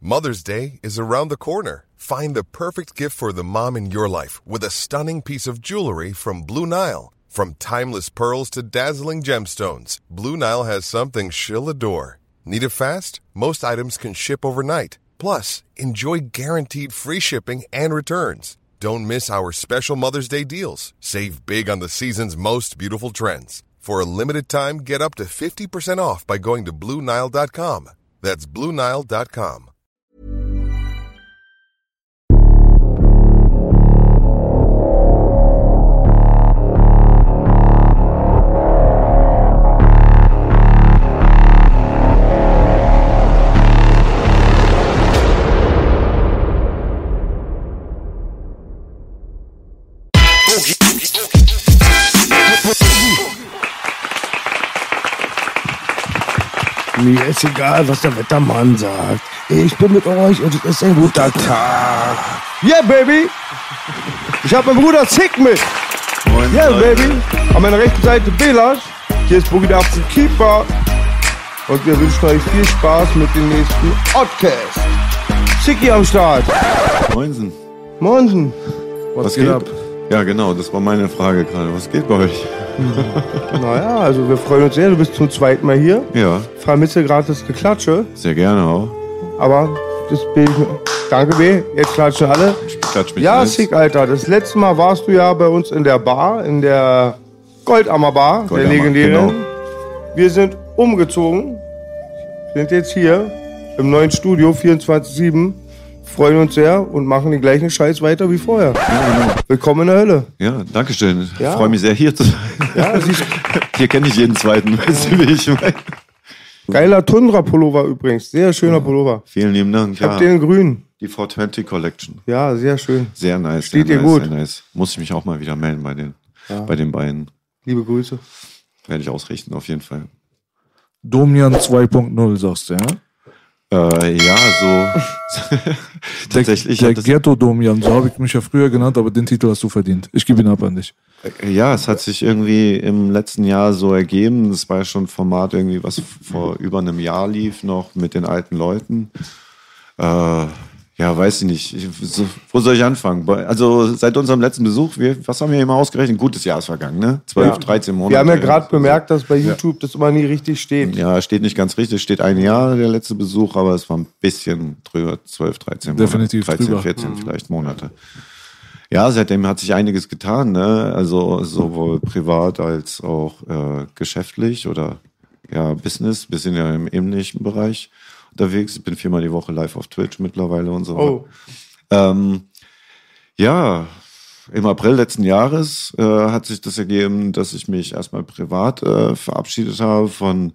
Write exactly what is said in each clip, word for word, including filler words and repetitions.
Mother's Day is around the corner. Find the perfect gift for the mom in your life with a stunning piece of jewelry from Blue Nile. From timeless pearls to dazzling gemstones, Blue Nile has something she'll adore. Need it fast? Most items can ship overnight. Plus, enjoy guaranteed free shipping and returns. Don't miss our special Mother's Day deals. Save big on the season's most beautiful trends. For a limited time, get up to fifty percent off by going to Blue Nile dot com. That's Blue Nile dot com. Mir ist egal, was der Wettermann sagt. Ich bin mit euch und es ist ein guter Tag. Yeah, baby! Ich hab meinen Bruder Zick mit. Moin, yeah, Leute. Baby! An meiner rechten Seite Belasch. Hier ist Boogie der achtzehn Keeper. Und wir wünschen euch viel Spaß mit dem nächsten Podcast. Zicki am Start. Moinsen. Moinsen. Was, Was geht, geht ab? Ja, genau, das war meine Frage gerade. Was geht bei euch? Naja, also wir freuen uns sehr. Du bist zum zweiten Mal hier. Ja. Vermisse gerade das Geklatsche. Sehr gerne auch. Aber das bin ich. Danke, B. Jetzt klatschen alle. Ich klatsch mich Ja, Sick, Alter. Das letzte Mal warst du ja bei uns in der Bar, in der Goldammer Bar, Goldammer, der legendären. Genau. Wir sind umgezogen. Sind jetzt hier im neuen Studio vierundzwanzig sieben. Freuen uns sehr und machen den gleichen Scheiß weiter wie vorher. Ja, genau. Willkommen in der Hölle. Ja, danke schön. Ja. Ich freue mich sehr, hier zu sein. Ja, siehst hier kenne ich jeden zweiten, weißt du, wie ich meine. Geiler Tundra-Pullover übrigens. Sehr schöner Pullover. Vielen lieben Dank. Ich hab den grün. Die vier zwanzig Collection. Ja, sehr schön. Sehr nice. Steht sehr dir nice, gut. Sehr nice. Muss ich mich auch mal wieder melden bei den, ja. bei den beiden. Liebe Grüße. Werde ich ausrichten, auf jeden Fall. Domian zwei Punkt null, sagst du, ja? Äh, ja, so. Tatsächlich. Der, der Ghetto-Domian, so habe ich mich ja früher genannt, aber den Titel hast du verdient. Ich gebe ihn ab an dich. Ja, es hat sich irgendwie im letzten Jahr so ergeben. Das war ja schon ein Format irgendwie, was vor über einem Jahr lief, noch mit den alten Leuten. Äh, ja, weiß ich nicht. Ich, so, wo soll ich anfangen? Also seit unserem letzten Besuch, wir, was haben wir immer ausgerechnet? Ein gutes Jahr ist vergangen, ne? zwölf, ja. dreizehn Monate. Wir haben ja gerade bemerkt, dass bei YouTube ja. das immer nie richtig steht. Ja, steht nicht ganz richtig. Steht ein Jahr der letzte Besuch, aber es war ein bisschen drüber, zwölf, dreizehn Monate. Definitiv dreizehn, drüber. vierzehn mhm. vielleicht Monate. Ja, seitdem hat sich einiges getan, ne? Also sowohl privat als auch äh, geschäftlich oder ja Business, bisschen ja im ähnlichen Bereich unterwegs. Ich bin viermal die Woche live auf Twitch mittlerweile und so. Oh. Ähm, ja, im April letzten Jahres äh, hat sich das ergeben, dass ich mich erstmal privat äh, verabschiedet habe von,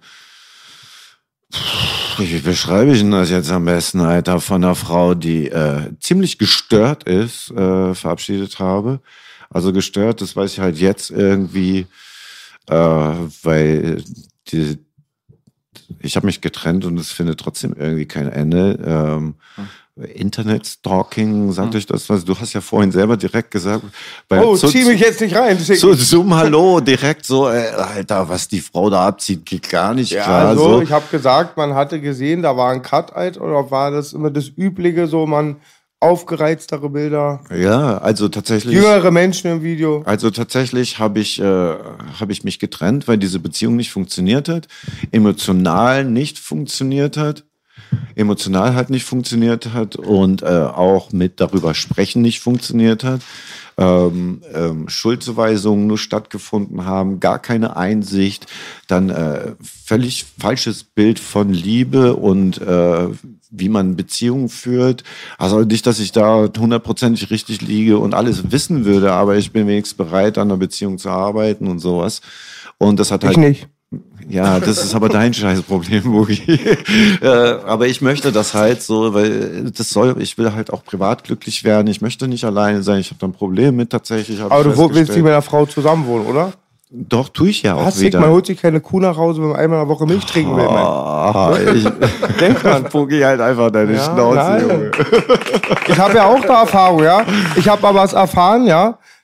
wie beschreibe ich denn das jetzt am besten, Alter, von einer Frau, die äh, ziemlich gestört ist, äh, verabschiedet habe. Also gestört, das weiß ich halt jetzt irgendwie, äh, weil die ich habe mich getrennt und es findet trotzdem irgendwie kein Ende. Ähm, hm. Internet-Stalking, sagt hm. euch das was? Du hast ja vorhin selber direkt gesagt. Bei oh, zieh mich jetzt nicht rein. So, Zoom, hallo, direkt so, äh, Alter, was die Frau da abzieht, geht gar nicht ja, klar. Also, so. Ich habe gesagt, man hatte gesehen, da war ein Cut, Alter, oder war das immer das Übliche, so man aufgereiztere Bilder? Ja, also tatsächlich. Jüngere Menschen im Video. Also tatsächlich habe ich, äh, hab ich mich getrennt, weil diese Beziehung nicht funktioniert hat, emotional nicht funktioniert hat, emotional halt nicht funktioniert hat und äh, auch mit darüber sprechen nicht funktioniert hat. Ähm, ähm, Schuldzuweisungen nur stattgefunden haben, gar keine Einsicht, dann äh, völlig falsches Bild von Liebe und äh, wie man Beziehungen führt. Also nicht, dass ich da hundertprozentig richtig liege und alles wissen würde, aber ich bin wenigstens bereit, an einer Beziehung zu arbeiten und sowas. Und das hat halt. Ich nicht. Ja, das ist aber dein Scheißproblem, Boogie. äh, aber ich möchte das halt so, weil das soll, ich will halt auch privat glücklich werden. Ich möchte nicht alleine sein. Ich habe da ein Problem mit tatsächlich. Aber du willst nicht mit einer Frau zusammenwohnen, oder? Doch, tue ich ja auch Hast wieder. Man holt sich keine Kuh nach Hause, wenn man einmal in der Woche Milch trinken will. Oh, ich, denk dran, Boogie, halt einfach deine ja, Schnauze, Junge. Ich habe ja auch da Erfahrung, ja. Ich habe aber was erfahren, ja,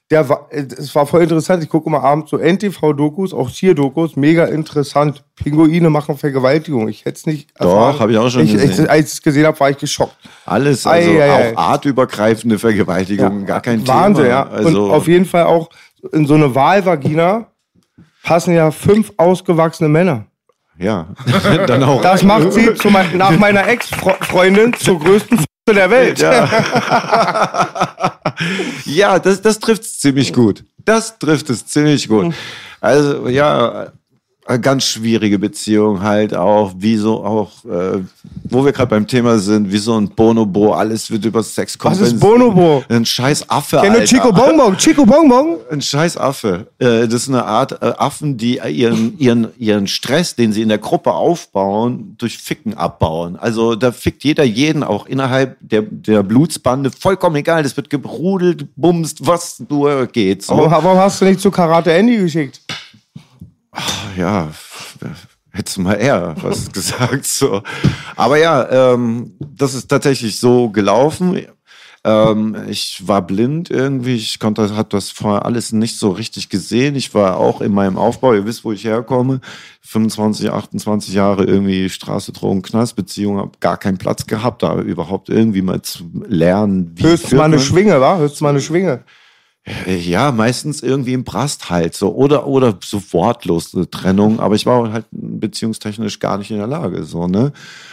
Der war, es war voll interessant. Ich gucke immer abends so N T V-Dokus, auch Tier-Dokus, mega interessant. Pinguine machen Vergewaltigung. Ich hätte es nicht erfahren. Doch, habe ich auch schon ich, gesehen. Ich, als ich es gesehen habe, war ich geschockt. Alles, also ei, ei, auch artübergreifende Vergewaltigung, ja, gar kein Wahnsinn, Thema. ja. Also, und auf jeden Fall auch in so eine Walvagina passen ja fünf ausgewachsene Männer. Ja, dann auch. Das macht sie zu mein, nach meiner Ex-Freundin zur größten F*** der Welt. Ja, ja das, das trifft es ziemlich gut. Das trifft es ziemlich gut. Also, ja, eine ganz schwierige Beziehung halt auch, wie so auch, äh, wo wir gerade beim Thema sind, wie so ein Bonobo, alles wird über Sex kompensiert. Was ist Bonobo? Ein scheiß Affe, Kennt ihr Chico Bonbon? Chico Bonbon? Ein scheiß Affe. Äh, das ist eine Art äh, Affen, die ihren, ihren, ihren Stress, den sie in der Gruppe aufbauen, durch Ficken abbauen. Also da fickt jeder jeden, auch innerhalb der, der Blutsbande, vollkommen egal, das wird gebrudelt, bumst, was nur geht. So. Aber warum hast du nicht zu Karate Andy geschickt? Ja, hättest du mal eher was gesagt. So. Aber ja, ähm, das ist tatsächlich so gelaufen. Ähm, ich war blind irgendwie, ich konnte, habe das vorher alles nicht so richtig gesehen. Ich war auch in meinem Aufbau, ihr wisst, wo ich herkomme, fünfundzwanzig, achtundzwanzig Jahre irgendwie Straße, Drogen, Knast, Beziehung, habe gar keinen Platz gehabt, da überhaupt irgendwie mal zu lernen. Wie Höchstens mal eine Schwinge, wa? Höchstens mal eine Schwinge. Ja, meistens irgendwie im Brast halt so oder oder so wortlose Trennung, aber ich war halt beziehungstechnisch gar nicht in der Lage so, ne?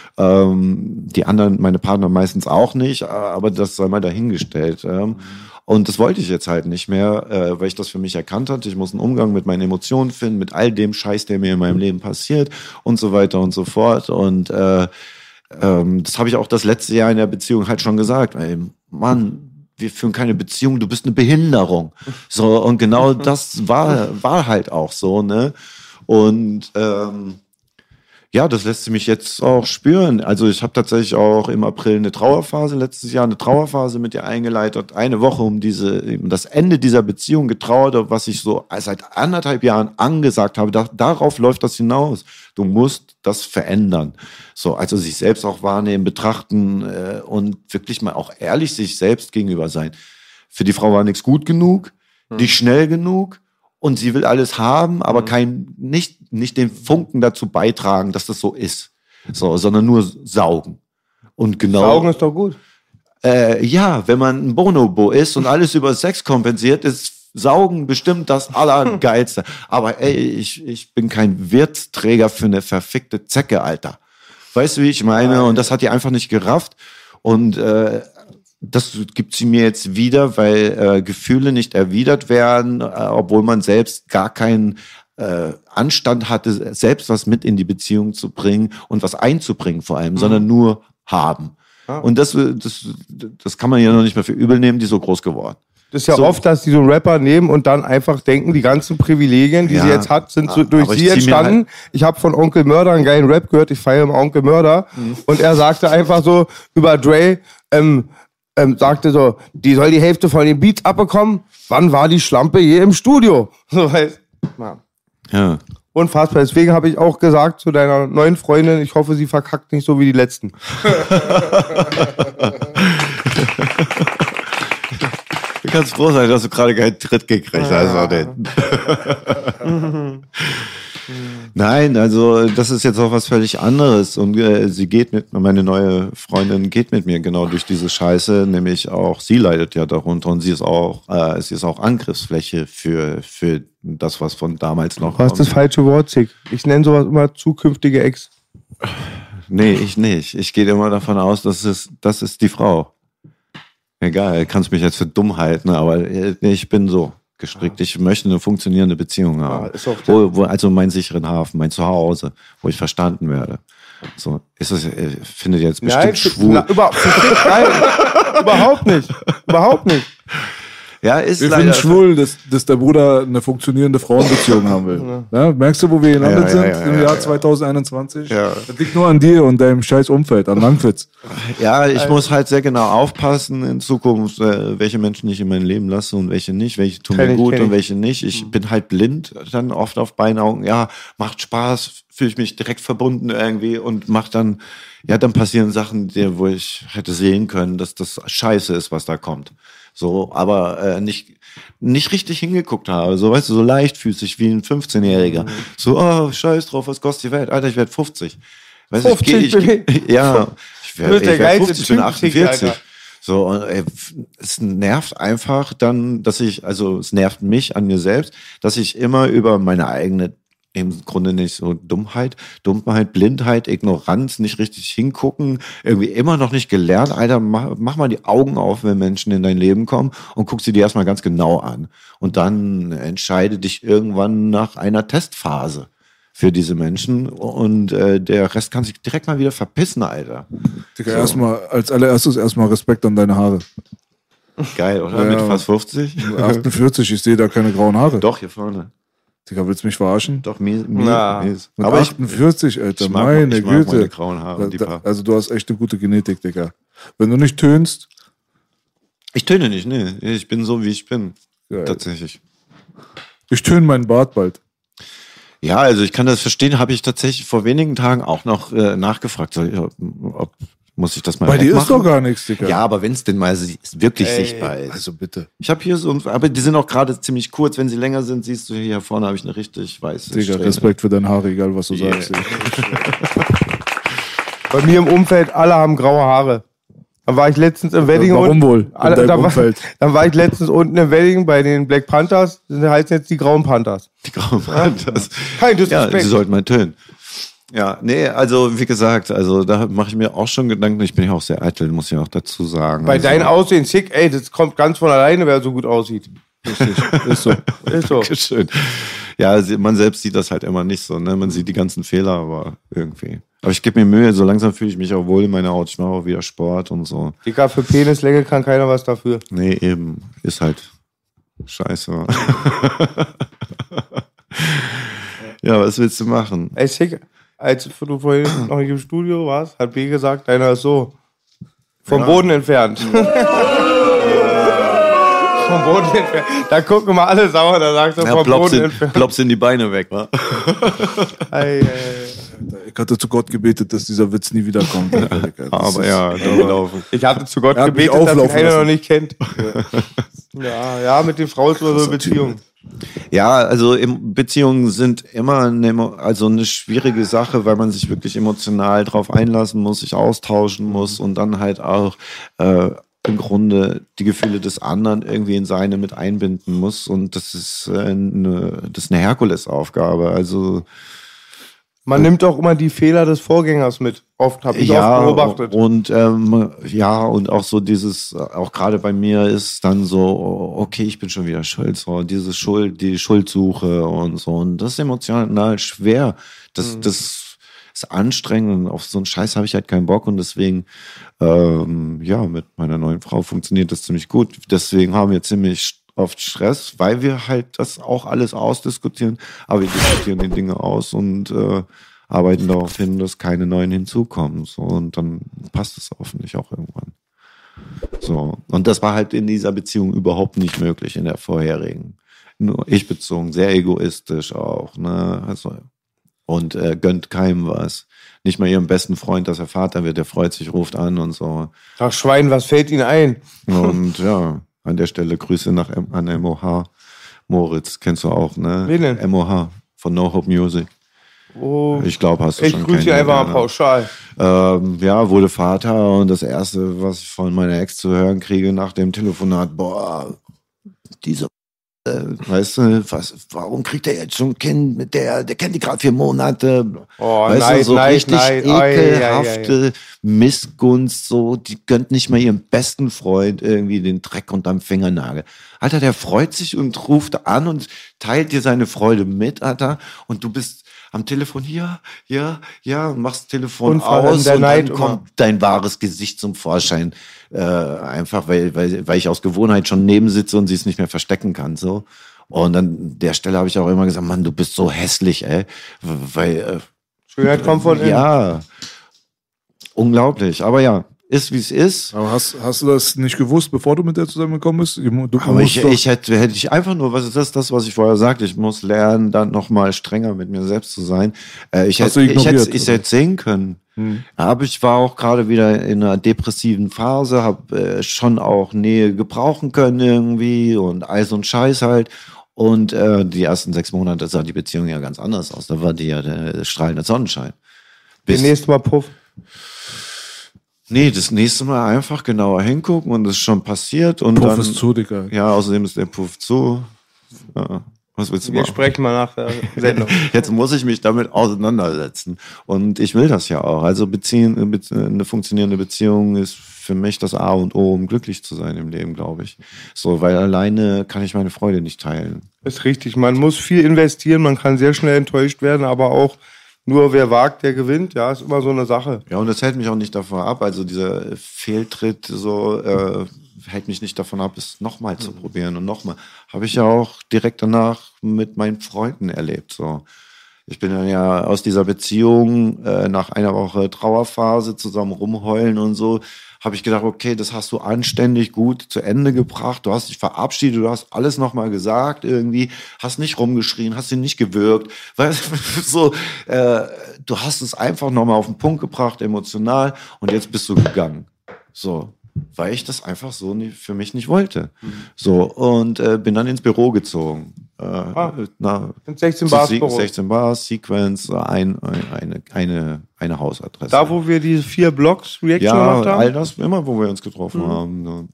Ähm, die anderen, meine Partner meistens auch nicht, aber das sei mal dahingestellt. Ähm. Und das wollte ich jetzt halt nicht mehr, äh, weil ich das für mich erkannt hatte. Ich muss einen Umgang mit meinen Emotionen finden, mit all dem Scheiß, der mir in meinem Leben passiert und so weiter und so fort. Und äh, ähm, das habe ich auch das letzte Jahr in der Beziehung halt schon gesagt. Ey, Mann, wir führen keine Beziehung, du bist eine Behinderung. So, und genau das war, war halt auch so, ne? Und ähm, ja, das lässt sich mich jetzt auch spüren. Also ich habe tatsächlich auch im April eine Trauerphase, letztes Jahr eine Trauerphase mit ihr eingeleitet. Eine Woche um diese, um das Ende dieser Beziehung getrauert, was ich so seit anderthalb Jahren angesagt habe. Da, darauf läuft das hinaus. Du musst das verändern. So, also sich selbst auch wahrnehmen, betrachten äh, und wirklich mal auch ehrlich sich selbst gegenüber sein. Für die Frau war nichts gut genug, mhm. nicht schnell genug. Und sie will alles haben, aber mhm. kein, nicht, nicht den Funken dazu beitragen, dass das so ist. So, sondern nur saugen. Und genau. Saugen ist doch gut. Äh, ja, wenn man ein Bonobo ist und alles über Sex kompensiert, ist Saugen bestimmt das Allergeilste. Aber ey, ich, ich bin kein Wirtsträger für eine verfickte Zecke, Alter. Weißt du, wie ich meine? Und das hat die einfach nicht gerafft. Und äh, das gibt sie mir jetzt wieder, weil äh, Gefühle nicht erwidert werden, äh, obwohl man selbst gar keinen äh, Anstand hatte, selbst was mit in die Beziehung zu bringen und was einzubringen vor allem, mhm. sondern nur haben. Ah. Und das, das, das kann man ja noch nicht mehr für übel nehmen, die ist so groß geworden. Das ist ja so. oft, dass die so einen Rapper nehmen und dann einfach denken, die ganzen Privilegien, die ja. sie jetzt hat, sind so durch sie entstanden. Halt ich habe von Onkel Mörder einen geilen Rap gehört, ich feiere immer Onkel Mörder. Mhm. Und er sagte einfach so über Dre, ähm, Ähm, sagte so, die soll die Hälfte von den Beats abbekommen. Wann war die Schlampe je im Studio? So heißt, ja. ja. Unfassbar. Deswegen habe ich auch gesagt zu deiner neuen Freundin, ich hoffe, sie verkackt nicht so wie die letzten. Du kannst froh sein, dass du gerade keinen Tritt gekriegt hast. Ja. Nein, also das ist jetzt auch was völlig anderes und äh, sie geht mit, meine neue Freundin geht mit mir genau durch diese Scheiße, nämlich auch sie leidet ja darunter und sie ist auch, äh, sie ist auch Angriffsfläche für, für das, was von damals noch Was ist das falsche Wort, Zick? Ich nenne sowas immer zukünftige Ex. Nee, ich nicht. Ich gehe immer davon aus, dass es, das ist die Frau. Egal, kannst mich jetzt für dumm halten, aber ich bin so gestrickt. Ich möchte eine funktionierende Beziehung haben. Ja, ist auch wo, wo, also meinen sicheren Hafen, mein Zuhause, wo ich verstanden werde. So, ist das, findet ihr jetzt bestimmt nein, schwul? Na, über, nein, überhaupt nicht. Überhaupt nicht. Ja, ist wir leider finden schwul, dass, dass der Bruder eine funktionierende Frauenbeziehung haben will. Ja, merkst du, wo wir gelandet ja, ja, ja, sind im ja, Jahr ja. zwanzig einundzwanzig? Ja. Das liegt nur an dir und deinem scheiß Umfeld, an Langwitz. Ja, ich muss halt sehr genau aufpassen in Zukunft, welche Menschen ich in mein Leben lasse und welche nicht, welche tun mir gut und welche nicht. Ich bin halt blind, dann oft auf beiden Augen. Ja, macht Spaß, fühle ich mich direkt verbunden irgendwie und macht dann, ja, dann passieren Sachen, die, wo ich hätte sehen können, dass das scheiße ist, was da kommt. So, aber äh, nicht, nicht richtig hingeguckt habe. So, weißt du, so leichtfüßig wie ein fünfzehnjähriger. Mhm. So, oh, scheiß drauf, was kostet die Welt? Alter, ich werde fünfzig. Weißt du, ich, ich, ich, ja, ich werde werd fünfzig, ich bin achtundvierzig. Alter. So, und ey, es nervt einfach dann, dass ich, also es nervt mich an mir selbst, dass ich immer über meine eigene, im Grunde nicht so Dummheit, Dummheit, Blindheit, Ignoranz, nicht richtig hingucken, irgendwie immer noch nicht gelernt. Alter, mach, mach mal die Augen auf, wenn Menschen in dein Leben kommen und guck sie dir erstmal ganz genau an. Und dann entscheide dich irgendwann nach einer Testphase für diese Menschen und äh, der Rest kann sich direkt mal wieder verpissen, Alter. Digga, so. erstmal, als allererstes erstmal Respekt an deine Haare. Geil, oder? Ja, mit fast fünfzig? achtundvierzig, ich sehe da keine grauen Haare. Doch, hier vorne. Digga, willst du mich verarschen? Doch, mies. mies, mies. Mit aber achtundvierzig, ich, Alter, ich mag, meine ich mag Güte. Meine grauen Haare, die da, also du hast echt eine gute Genetik, Digga. Wenn du nicht tönst... Ich töne nicht, ne. Ich bin so, wie ich bin. Geil. Tatsächlich. Ich töne meinen Bart bald. Ja, also ich kann das verstehen, habe ich tatsächlich vor wenigen Tagen auch noch äh, nachgefragt. Soll ich, ob, ob, muss ich das mal Bei dir machen? ist doch gar nichts, Digga. Ja, aber wenn es denn mal wirklich Ey, sichtbar ist. Also bitte. Ich habe hier so, aber die sind auch gerade ziemlich kurz. Wenn sie länger sind, siehst du hier vorne habe ich eine richtig weiße Digga, Strähne. Respekt für deine Haare, egal was du yeah. sagst. Bei mir im Umfeld, alle haben graue Haare. Dann war ich letztens im Wedding. Warum wohl? Alle, da war, dann war ich letztens unten im Wedding bei den Black Panthers. Das heißen jetzt die Grauen Panthers. Die Grauen Panthers. Kein Disrespekt. Ja, sie sollten mal tönen. Ja, nee, also wie gesagt, also da mache ich mir auch schon Gedanken. Ich bin ja auch sehr eitel, muss ich auch dazu sagen. Bei also, deinem Aussehen, sick, ey, das kommt ganz von alleine, wer so gut aussieht. Richtig, ist so. Ist so. Dankeschön. Ja, man selbst sieht das halt immer nicht so, ne? Man sieht die ganzen Fehler, aber irgendwie. Aber ich gebe mir Mühe, so langsam fühle ich mich auch wohl in meiner Haut. Ich mache auch wieder Sport und so. Digga, für Penislänge kann keiner was dafür. Nee, eben. Ist halt scheiße. Ja, was willst du machen? Ey, sick. Als du vorhin noch nicht im Studio warst, hat B gesagt, deiner ist so vom ja. Boden entfernt. Vom Boden entfernt. Da gucken mal alle sauer, da sagst du ja, vom Boden in, entfernt. Plops in die Beine weg, wa? Ei, ei, ei. Ich hatte zu Gott gebetet, dass dieser Witz nie wiederkommt. Aber ja, gelaufen. Ich hatte zu Gott gebetet, dass ihn einer noch nicht kennt. Ja, ja, mit den Frauen so eine Beziehung. Ja, also Beziehungen sind immer eine, also eine schwierige Sache, weil man sich wirklich emotional drauf einlassen muss, sich austauschen muss und dann halt auch äh, im Grunde die Gefühle des anderen irgendwie in seine mit einbinden muss. Und das ist eine, das ist eine Herkulesaufgabe. Also man nimmt auch immer die Fehler des Vorgängers mit. Oft habe ich ja, oft beobachtet. Und ähm, ja, und auch so dieses, auch gerade bei mir ist dann so, okay, ich bin schon wieder schuld, so diese Schuld, die Schuldsuche und so. Und das ist emotional schwer. Das, mhm. das ist anstrengend und auf so einen Scheiß habe ich halt keinen Bock und deswegen, ähm, ja, mit meiner neuen Frau funktioniert das ziemlich gut. Deswegen haben wir ziemlich oft Stress, weil wir halt das auch alles ausdiskutieren, aber wir diskutieren die Dinge aus und äh, arbeiten darauf hin, dass keine neuen hinzukommen. So, und dann passt es hoffentlich auch irgendwann. So. Und das war halt in dieser Beziehung überhaupt nicht möglich, in der vorherigen. Nur ich bezogen, sehr egoistisch auch, ne? Also, und äh, gönnt keinem was. Nicht mal ihrem besten Freund, dass er Vater wird, der freut sich, ruft an und so. Ach Schwein, was fällt Ihnen ein? Und ja, an der Stelle Grüße nach M- an M O H. Moritz, kennst du auch, ne? Wen denn? M O H von No Hope Music. Oh, ich glaube, hast du ich schon Ich grüße dich einfach mal pauschal. Ähm, ja, wurde Vater und das Erste, was ich von meiner Ex zu hören kriege nach dem Telefonat, boah, diese äh, weißt du, was, warum kriegt er jetzt schon ein Kind mit der, der kennt die gerade vier Monate. Oh, weißt nein, du, so nein, richtig nein, ekelhafte ei, ei, ei. Missgunst, so, die gönnt nicht mal ihrem besten Freund irgendwie den Dreck unterm Fingernagel. Alter, der freut sich und ruft an und teilt dir seine Freude mit, Alter, und du bist am Telefon, ja, ja, ja, machst das Telefon Unfall aus der und Neid dann kommt immer. dein wahres Gesicht zum Vorschein. Äh, einfach, weil, weil, weil ich aus Gewohnheit schon neben sitze und sie es nicht mehr verstecken kann, so. Und an der Stelle habe ich auch immer gesagt, Mann, du bist so hässlich, ey. Weil, äh, Schönheit kommt von innen. Ja, unglaublich, aber ja. Ist, wie es ist. Aber hast, hast du das nicht gewusst, bevor du mit der zusammengekommen bist? Du, aber ich, ich hätte, hätte ich einfach nur, was ist das, das, was ich vorher sagte, ich muss lernen, dann nochmal strenger mit mir selbst zu sein. Äh, ich, hätte, ich, hätte, ich hätte sehen können. Hm. Aber ich war auch gerade wieder in einer depressiven Phase, habe äh, schon auch Nähe gebrauchen können irgendwie und all so ein Scheiß halt. Und äh, die ersten sechs Monate sah die Beziehung ja ganz anders aus. Da war die ja der strahlende Sonnenschein. Bis nächstes Mal Puff. Nee, das nächste Mal einfach genauer hingucken und das ist schon passiert. Und Puff dann, ist zu, Digga. Ja, außerdem ist der Puff zu. Ja. Was willst du Wir machen? sprechen mal nach der Sendung. Jetzt muss ich mich damit auseinandersetzen. Und ich will das ja auch. Also beziehen, eine funktionierende Beziehung ist für mich das A und O, um glücklich zu sein im Leben, glaube ich. So, weil alleine kann ich meine Freude nicht teilen. Ist richtig. Man muss viel investieren, man kann sehr schnell enttäuscht werden, aber auch nur wer wagt, der gewinnt. Ja, ist immer so eine Sache. Ja, und das hält mich auch nicht davon ab. Also dieser Fehltritt so äh, hält mich nicht davon ab, es nochmal zu probieren und nochmal. Habe ich ja auch direkt danach mit meinen Freunden erlebt. So, ich bin dann ja aus dieser Beziehung äh, nach einer Woche Trauerphase zusammen rumheulen und so, habe ich gedacht, okay, das hast du anständig gut zu Ende gebracht. Du hast dich verabschiedet, du hast alles nochmal gesagt irgendwie, hast nicht rumgeschrien, hast ihn nicht gewürgt. Weißt, so, äh, du hast es einfach nochmal auf den Punkt gebracht, emotional, und jetzt bist du gegangen. So. Weil ich das einfach so nie, für mich nicht wollte. Mhm. So, und äh, bin dann ins Büro gezogen. Äh, ah, na, sechzehn Bars Büro. sechzehn Bars, Sequence, ein, eine, eine, eine Hausadresse. Da, wo wir diese vier Blocks Reaction ja, gemacht haben? Ja, all das, immer, wo wir uns getroffen mhm. haben. Ne.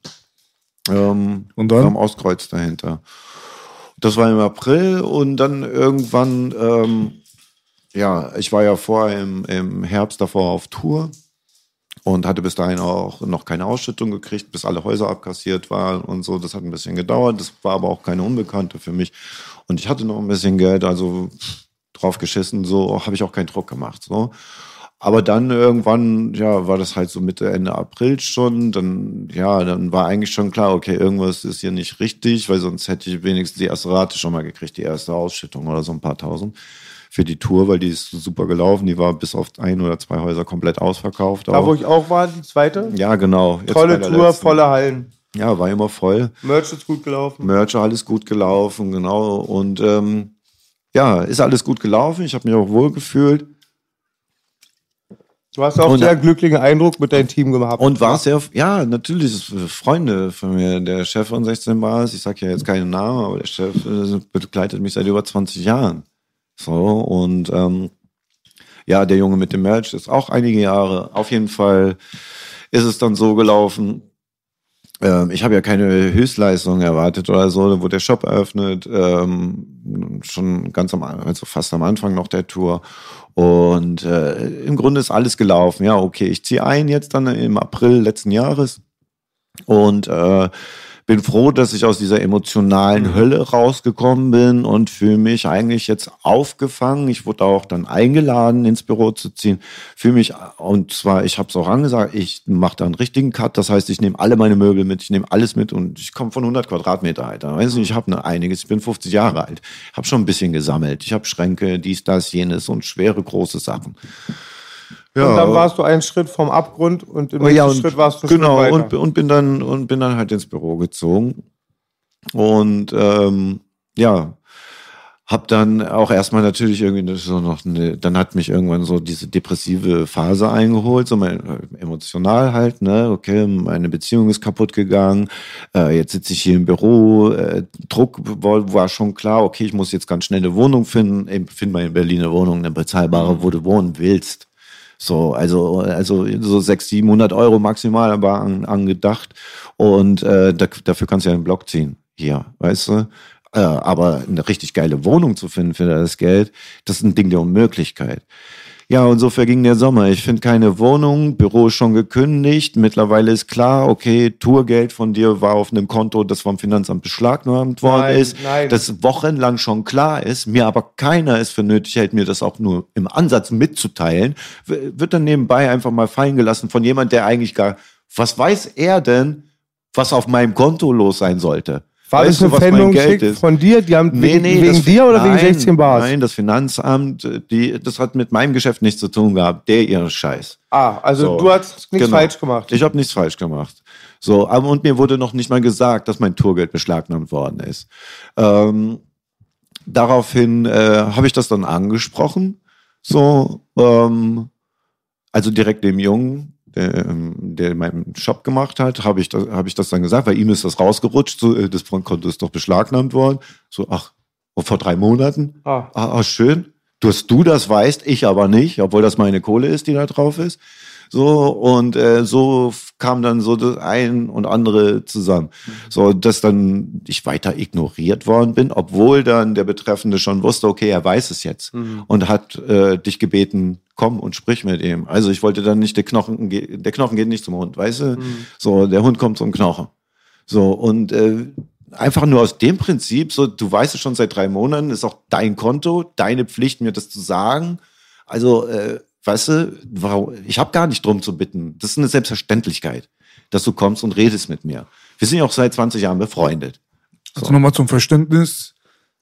Ähm, und dann? Am Ostkreuz dahinter. Das war im April und dann irgendwann, ähm, ja, ich war ja vorher im, im Herbst davor auf Tour. Und hatte bis dahin auch noch keine Ausschüttung gekriegt, bis alle Häuser abkassiert waren und so. Das hat ein bisschen gedauert. Das war aber auch keine Unbekannte für mich. Und ich hatte noch ein bisschen Geld, also drauf geschissen, so habe ich auch keinen Druck gemacht. So. Aber dann irgendwann, ja, war das halt so Mitte, Ende April schon. Dann, ja, dann war eigentlich schon klar, okay, irgendwas ist hier nicht richtig, weil sonst hätte ich wenigstens die erste Rate schon mal gekriegt, die erste Ausschüttung oder so ein paar tausend. Für die Tour, weil die ist super gelaufen. Die war bis auf ein oder zwei Häuser komplett ausverkauft. Da, auch. Wo ich auch war, die zweite? Ja, genau. Jetzt tolle Tour, letzten. Volle Hallen. Ja, war immer voll. Merch ist gut gelaufen. Merch, alles gut gelaufen, genau. Und ähm, ja, ist alles gut gelaufen. Ich habe mich auch wohl gefühlt. Du hast auch einen sehr glücklichen Eindruck mit deinem Team gehabt. Und war sehr, ja, natürlich, Freunde von mir. Der Chef von sechzehn Bars, ich sage ja jetzt keinen Namen, aber der Chef äh, begleitet mich seit über zwanzig Jahren. So, und ähm, ja, der Junge mit dem Merch ist auch einige Jahre. Auf jeden Fall ist es dann so gelaufen. Ähm, ich habe ja keine Höchstleistung erwartet oder so. Da wurde der Shop eröffnet, ähm, schon ganz am, also fast am Anfang noch der Tour. Und äh, im Grunde ist alles gelaufen. Ja, okay, ich ziehe ein jetzt dann im April letzten Jahres und äh, bin froh, dass ich aus dieser emotionalen Hölle rausgekommen bin und fühle mich eigentlich jetzt aufgefangen. Ich wurde auch dann eingeladen, ins Büro zu ziehen. Fühle mich, und zwar, ich habe es auch angesagt, ich mache da einen richtigen Cut. Das heißt, ich nehme alle meine Möbel mit, ich nehme alles mit und ich komme von hundert Quadratmeter halt. Weißt du, ich habe ne, einiges, ich bin fünfzig Jahre alt. Habe schon ein bisschen gesammelt. Ich habe Schränke, dies, das, jenes und schwere, große Sachen. Ja. Und dann warst du einen Schritt vom Abgrund und im nächsten ja, und, Schritt warst du einen genau, Schritt weiter. Und, und bin dann und bin dann halt ins Büro gezogen und ähm, ja, hab dann auch erstmal natürlich irgendwie so noch eine, dann hat mich irgendwann so diese depressive Phase eingeholt, so mein, emotional halt, ne, okay, meine Beziehung ist kaputt gegangen, äh, jetzt sitze ich hier im Büro, äh, Druck war, war schon klar, okay, ich muss jetzt ganz schnell eine Wohnung finden, ich finde mal in Berlin eine Wohnung, eine bezahlbare, wo du wohnen willst. So, also, also so sechshundert, siebenhundert Euro maximal war an, angedacht. Und äh, da, dafür kannst du ja einen Block ziehen hier, weißt du? Äh, aber eine richtig geile Wohnung zu finden für das Geld, das ist ein Ding der Unmöglichkeit. Ja, und so verging der Sommer. Ich finde keine Wohnung, Büro ist schon gekündigt. Mittlerweile ist klar, okay, Tourgeld von dir war auf einem Konto, das vom Finanzamt beschlagnahmt worden nein, ist. Nein. Das wochenlang schon klar ist, mir aber keiner es für nötig hält, mir das auch nur im Ansatz mitzuteilen, wird dann nebenbei einfach mal fallen gelassen von jemand, der eigentlich gar, was weiß er denn, was auf meinem Konto los sein sollte? War weißt das eine Pfändung von dir? Die haben nee, wegen, nee, wegen das, dir oder nein, wegen sechzehn Bars? Nein, das Finanzamt, die, das hat mit meinem Geschäft nichts zu tun gehabt. Der ihren Scheiß. Ah, also so, du hast nichts genau. falsch gemacht. Ich habe nichts falsch gemacht. So, aber und mir wurde noch nicht mal gesagt, dass mein Tourgeld beschlagnahmt worden ist. Ähm, daraufhin äh, habe ich das dann angesprochen. So, ähm, Also direkt dem Jungen, der, der meinen Shop gemacht hat, habe ich, das, hab ich das dann gesagt, weil ihm ist das rausgerutscht, so, das Konto ist doch beschlagnahmt worden. So, ach, vor drei Monaten? Ah. Ah, ah, schön. Dass du das weißt, ich aber nicht, obwohl das meine Kohle ist, die da drauf ist. So, und äh, so kam dann so das ein und andere zusammen. Mhm. So, dass dann ich weiter ignoriert worden bin, obwohl dann der Betreffende schon wusste, okay, er weiß es jetzt. Mhm. Und hat äh, dich gebeten, komm und sprich mit ihm. Also ich wollte dann nicht, der Knochen, der Knochen geht nicht zum Hund, weißt du? Mhm. So, der Hund kommt zum Knochen. So, und äh, einfach nur aus dem Prinzip, so, du weißt es schon seit drei Monaten, ist auch dein Konto, deine Pflicht, mir das zu sagen. Also, äh, weißt du, ich habe gar nicht drum zu bitten. Das ist eine Selbstverständlichkeit, dass du kommst und redest mit mir. Wir sind ja auch seit zwanzig Jahren befreundet. So. Also nochmal zum Verständnis.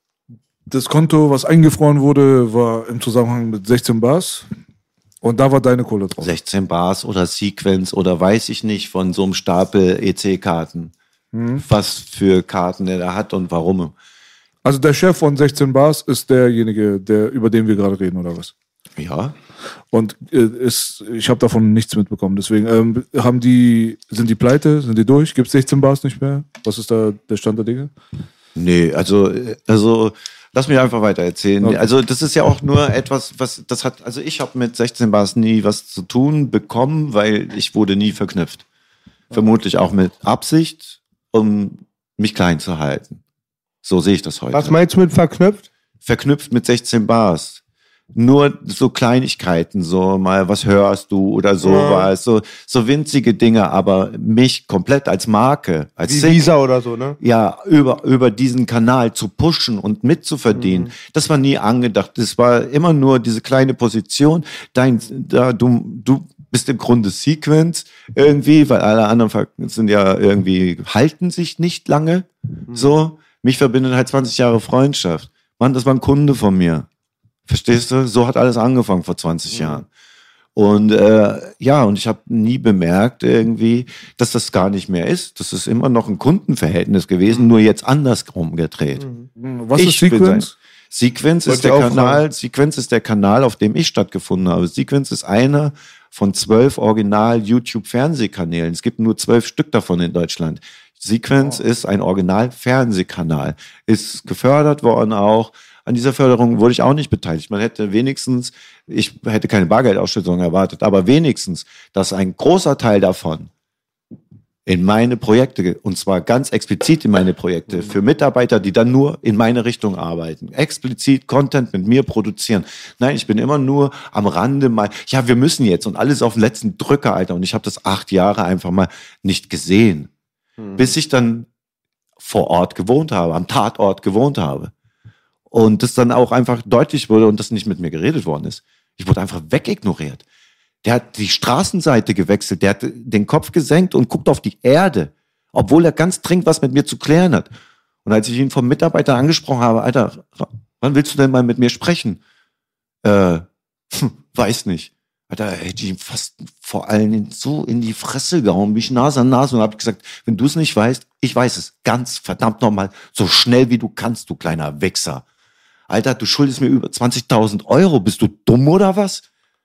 Das Konto, was eingefroren wurde, war im Zusammenhang mit sechzehn Bars. Und da war deine Kohle drauf. sechzehn Bars oder Sequence oder weiß ich nicht, von so einem Stapel E C-Karten. Hm. Was für Karten er da hat und warum. Also der Chef von sechzehn Bars ist derjenige, der, über den wir gerade reden, oder was? Ja. Und äh, ist, ich habe davon nichts mitbekommen. Deswegen ähm, haben die, sind die pleite, sind die durch? Gibt es sechzehn Bars nicht mehr? Was ist da der Stand der Dinge? Nee, also, also lass mich einfach weiter erzählen. Okay. Also das ist ja auch nur etwas, was das hat, also ich habe mit sechzehn Bars nie was zu tun bekommen, weil ich wurde nie verknüpft. Okay. Vermutlich auch mit Absicht, um mich klein zu halten. So sehe ich das heute. Was meinst du mit verknüpft? Verknüpft mit sechzehn Bars. Nur so Kleinigkeiten, so mal, was hörst du oder sowas, ja. so, so winzige Dinge, aber mich komplett als Marke, als Wie Visa oder so, ne? Ja, über, über diesen Kanal zu pushen und mitzuverdienen, mhm. das war nie angedacht. Das war immer nur diese kleine Position, dein, da, du, du bist im Grunde Sequence irgendwie, weil alle anderen sind ja irgendwie, halten sich nicht lange, mhm. so. Mich verbindet halt zwanzig Jahre Freundschaft. Mann, das war ein Kunde von mir. Verstehst du? So hat alles angefangen vor zwanzig Jahren. Und äh, ja, und ich habe nie bemerkt irgendwie, dass das gar nicht mehr ist. Das ist immer noch ein Kundenverhältnis gewesen, nur jetzt andersrum gedreht. Was ich ist Sequence? Sequence ist der Kanal. Sequence ist der Kanal, auf dem ich stattgefunden habe. Sequence ist einer von zwölf Original-YouTube-Fernsehkanälen. Es gibt nur zwölf Stück davon in Deutschland. Sequence oh. ist ein Original-Fernsehkanal. Ist gefördert worden auch. An dieser Förderung wurde ich auch nicht beteiligt. Man hätte wenigstens, ich hätte keine Bargeldausschüttung erwartet, aber wenigstens, dass ein großer Teil davon in meine Projekte, und zwar ganz explizit in meine Projekte, für Mitarbeiter, die dann nur in meine Richtung arbeiten, explizit Content mit mir produzieren. Nein, ich bin immer nur am Rande mal, ja, wir müssen jetzt und alles auf den letzten Drücker, Alter. Und ich habe das acht Jahre einfach mal nicht gesehen, mhm. bis ich dann vor Ort gewohnt habe, am Tatort gewohnt habe. Und das dann auch einfach deutlich wurde und das nicht mit mir geredet worden ist. Ich wurde einfach wegignoriert. Der hat die Straßenseite gewechselt, der hat den Kopf gesenkt und guckt auf die Erde, obwohl er ganz dringend was mit mir zu klären hat. Und als ich ihn vom Mitarbeiter angesprochen habe, Alter, wann willst du denn mal mit mir sprechen? Äh, weiß nicht. Alter, hätte ich ihm fast vor allem so in die Fresse gehauen, wie ich Nase an Nase, und habe gesagt, wenn du es nicht weißt, ich weiß es, ganz verdammt nochmal, so schnell wie du kannst, du kleiner Wichser. Alter, du schuldest mir über zwanzigtausend Euro. Bist du dumm oder was?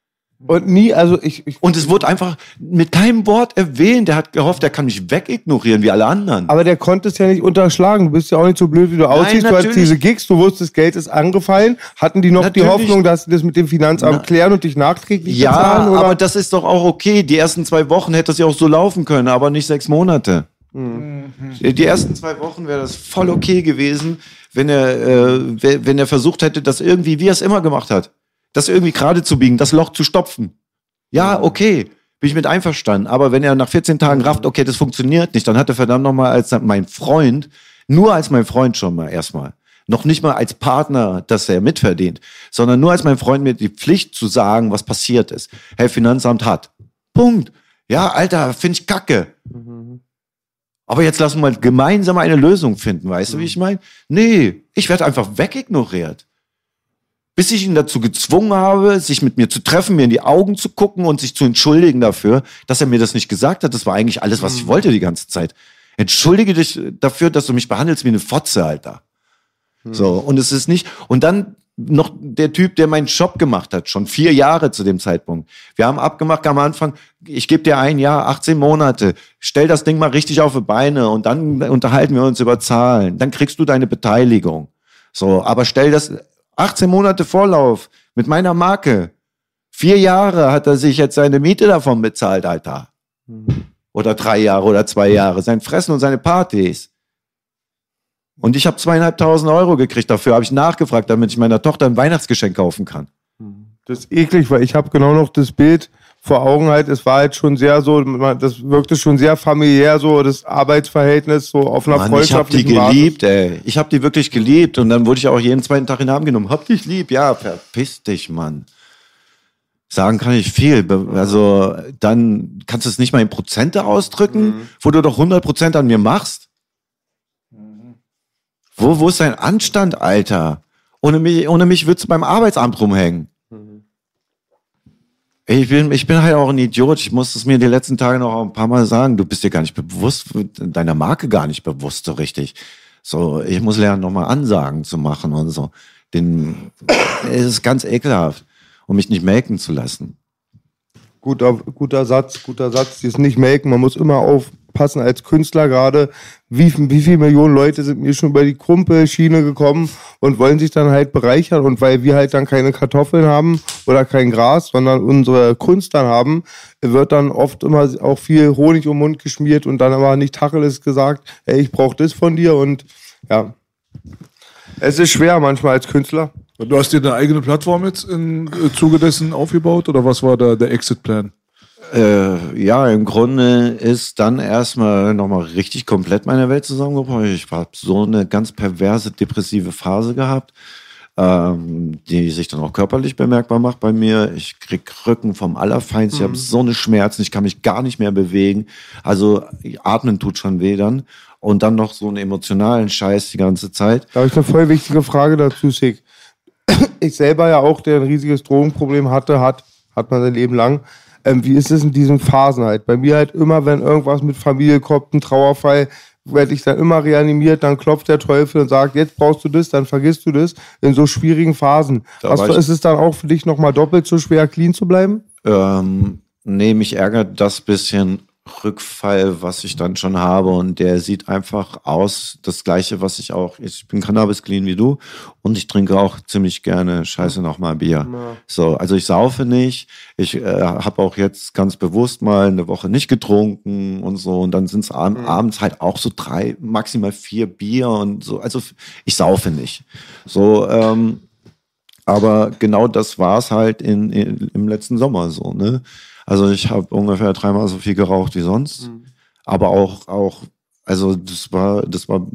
Und nie, also ich, ich... Und es wurde einfach mit keinem Wort erwähnt. Der hat gehofft, er kann mich wegignorieren, wie alle anderen. Aber der konnte es ja nicht unterschlagen. Du bist ja auch nicht so blöd, wie du aussiehst. Du hast diese Gigs, du wusstest, Geld ist angefallen. Hatten die noch natürlich die Hoffnung, dass sie das mit dem Finanzamt Na, klären und dich nachträglich ja, bezahlen? Ja, aber das ist doch auch okay. Die ersten zwei Wochen hätte das ja auch so laufen können, aber nicht sechs Monate. Mhm. Die ersten zwei Wochen wäre das voll okay gewesen, wenn er, äh, wenn er versucht hätte, das irgendwie, wie er es immer gemacht hat, das irgendwie gerade zu biegen, das Loch zu stopfen. Ja, okay, bin ich mit einverstanden. Aber wenn er nach vierzehn Tagen rafft, okay, das funktioniert nicht, dann hat er verdammt nochmal als mein Freund, nur als mein Freund schon mal erstmal, noch nicht mal als Partner, dass er mitverdient, sondern nur als mein Freund mir die Pflicht zu sagen, was passiert ist. Hey, Finanzamt hat. Punkt. Ja, Alter, finde ich kacke. Mhm. Aber jetzt lassen wir mal gemeinsam eine Lösung finden, weißt mhm. du, wie ich meine? Nee, ich werde einfach wegignoriert. Bis ich ihn dazu gezwungen habe, sich mit mir zu treffen, mir in die Augen zu gucken und sich zu entschuldigen dafür, dass er mir das nicht gesagt hat. Das war eigentlich alles, was ich wollte die ganze Zeit. Entschuldige dich dafür, dass du mich behandelst wie eine Fotze, Alter. Mhm. So, und es ist nicht, und dann noch der Typ, der meinen Job gemacht hat, schon vier Jahre zu dem Zeitpunkt. Wir haben abgemacht am Anfang, ich gebe dir ein Jahr, achtzehn Monate, stell das Ding mal richtig auf die Beine und dann unterhalten wir uns über Zahlen. Dann kriegst du deine Beteiligung. So, aber stell das achtzehn Monate Vorlauf mit meiner Marke. Vier Jahre hat er sich jetzt seine Miete davon bezahlt, Alter. Oder drei Jahre oder zwei Jahre. Sein Fressen und seine Partys. Und ich habe zweieinhalbtausend Euro gekriegt. Dafür habe ich nachgefragt, damit ich meiner Tochter ein Weihnachtsgeschenk kaufen kann. Das ist eklig, weil ich habe genau noch das Bild vor Augen halt. Es war halt schon sehr so, das wirkte schon sehr familiär, so das Arbeitsverhältnis, so auf einer Mann, freundschaftlichen ich habe die geliebt, Basis. ey. Ich habe die wirklich geliebt. Und dann wurde ich auch jeden zweiten Tag in den Arm genommen. Hab dich lieb. Ja, verpiss dich, Mann. Sagen kann ich viel. Also dann kannst du es nicht mal in Prozente ausdrücken, mhm. wo du doch hundert Prozent an mir machst. Mhm. Wo, wo ist dein Anstand, Alter? Ohne mich, ohne mich würdest du beim Arbeitsamt rumhängen. Mhm. Ich bin, ich bin halt auch ein Idiot. Ich muss es mir die letzten Tage noch ein paar Mal sagen. Du bist dir gar nicht bewusst, deiner Marke gar nicht bewusst so richtig. So, ich muss lernen, nochmal Ansagen zu machen und so. Den, es ist ganz ekelhaft. Um mich nicht melken zu lassen. Guter, guter Satz, guter Satz. Dieses nicht melken. Man muss immer aufpassen als Künstler gerade, wie, wie viele Millionen Leute sind mir schon über die Kumpelschiene gekommen und wollen sich dann halt bereichern. Und weil wir halt dann keine Kartoffeln haben oder kein Gras, sondern unsere Kunst dann haben, wird dann oft immer auch viel Honig um den Mund geschmiert und dann aber nicht Tacheles gesagt, ey, ich brauche das von dir. Und ja, es ist schwer manchmal als Künstler. Du hast dir eine eigene Plattform jetzt im Zuge dessen aufgebaut oder was war da der Exit-Plan? Äh, ja, im Grunde ist dann erstmal nochmal richtig komplett meine Welt zusammengebrochen. Ich habe so eine ganz perverse, depressive Phase gehabt, ähm, die sich dann auch körperlich bemerkbar macht bei mir. Ich krieg Rücken vom Allerfeinsten, mhm. ich habe so eine Schmerzen, ich kann mich gar nicht mehr bewegen. Also atmen tut schon weh dann. Und dann noch so einen emotionalen Scheiß die ganze Zeit. Da habe ich eine voll wichtige Frage dazu, Sig. Ich selber ja auch, der ein riesiges Drogenproblem hatte, hat, hat man sein Leben lang. Ähm, wie ist es in diesen Phasen halt? Bei mir halt immer, wenn irgendwas mit Familie kommt, ein Trauerfall, werde ich dann immer reanimiert, dann klopft der Teufel und sagt, jetzt brauchst du das, dann vergisst du das, in so schwierigen Phasen. Was, ist es dann auch für dich nochmal doppelt so schwer, clean zu bleiben? Ähm, nee, mich ärgert das bisschen Rückfall, was ich dann schon habe, und der sieht einfach aus, das Gleiche, was ich auch, ich bin Cannabis-clean wie du und ich trinke auch ziemlich gerne scheiße nochmal Bier. Ja. So, also ich saufe nicht, ich äh, habe auch jetzt ganz bewusst mal eine Woche nicht getrunken und so, und dann sind es ab- mhm. abends halt auch so drei, maximal vier Bier und so, also ich saufe nicht. So, ähm, aber genau das war es halt in, in, im letzten Sommer so, ne? Also ich habe ungefähr dreimal so viel geraucht wie sonst, mhm. aber auch, auch, also das war, das war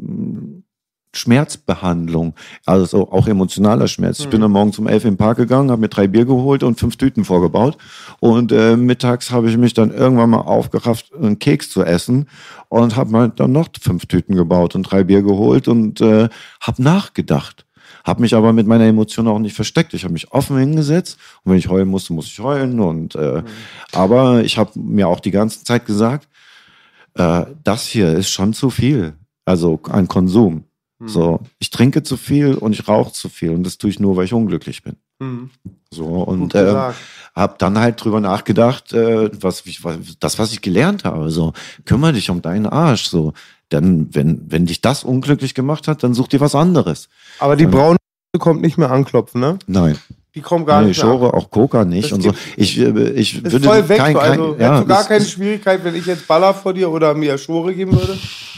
Schmerzbehandlung, also auch emotionaler Schmerz. Mhm. Ich bin dann morgens um elf in den Park gegangen, habe mir drei Bier geholt und fünf Tüten vorgebaut, und äh, mittags habe ich mich dann irgendwann mal aufgerafft, einen Keks zu essen, und habe mal dann noch fünf Tüten gebaut und drei Bier geholt und äh, habe nachgedacht. Habe mich aber mit meiner Emotion auch nicht versteckt. Ich habe mich offen hingesetzt, und wenn ich heulen musste, muss ich heulen. Und äh, mhm. aber ich habe mir auch die ganze Zeit gesagt, äh, das hier ist schon zu viel. Also ein Konsum. Mhm. So, ich trinke zu viel und ich rauche zu viel, und das tue ich nur, weil ich unglücklich bin. Mhm. So, und äh, habe dann halt drüber nachgedacht, äh, was, was das, was ich gelernt habe. So, kümmere dich um deinen Arsch. So, dann, wenn wenn dich das unglücklich gemacht hat, dann such dir was anderes. Aber die braune kommt nicht mehr anklopfen, ne? Nein. Die kommt gar nee, nicht mehr. Schore, auch Coca nicht. Und so. Ich, ich ist würde voll weg, kein, kein, also ja, hättest du gar keine Schwierigkeit, wenn ich jetzt Baller vor dir oder mir Schore geben würde?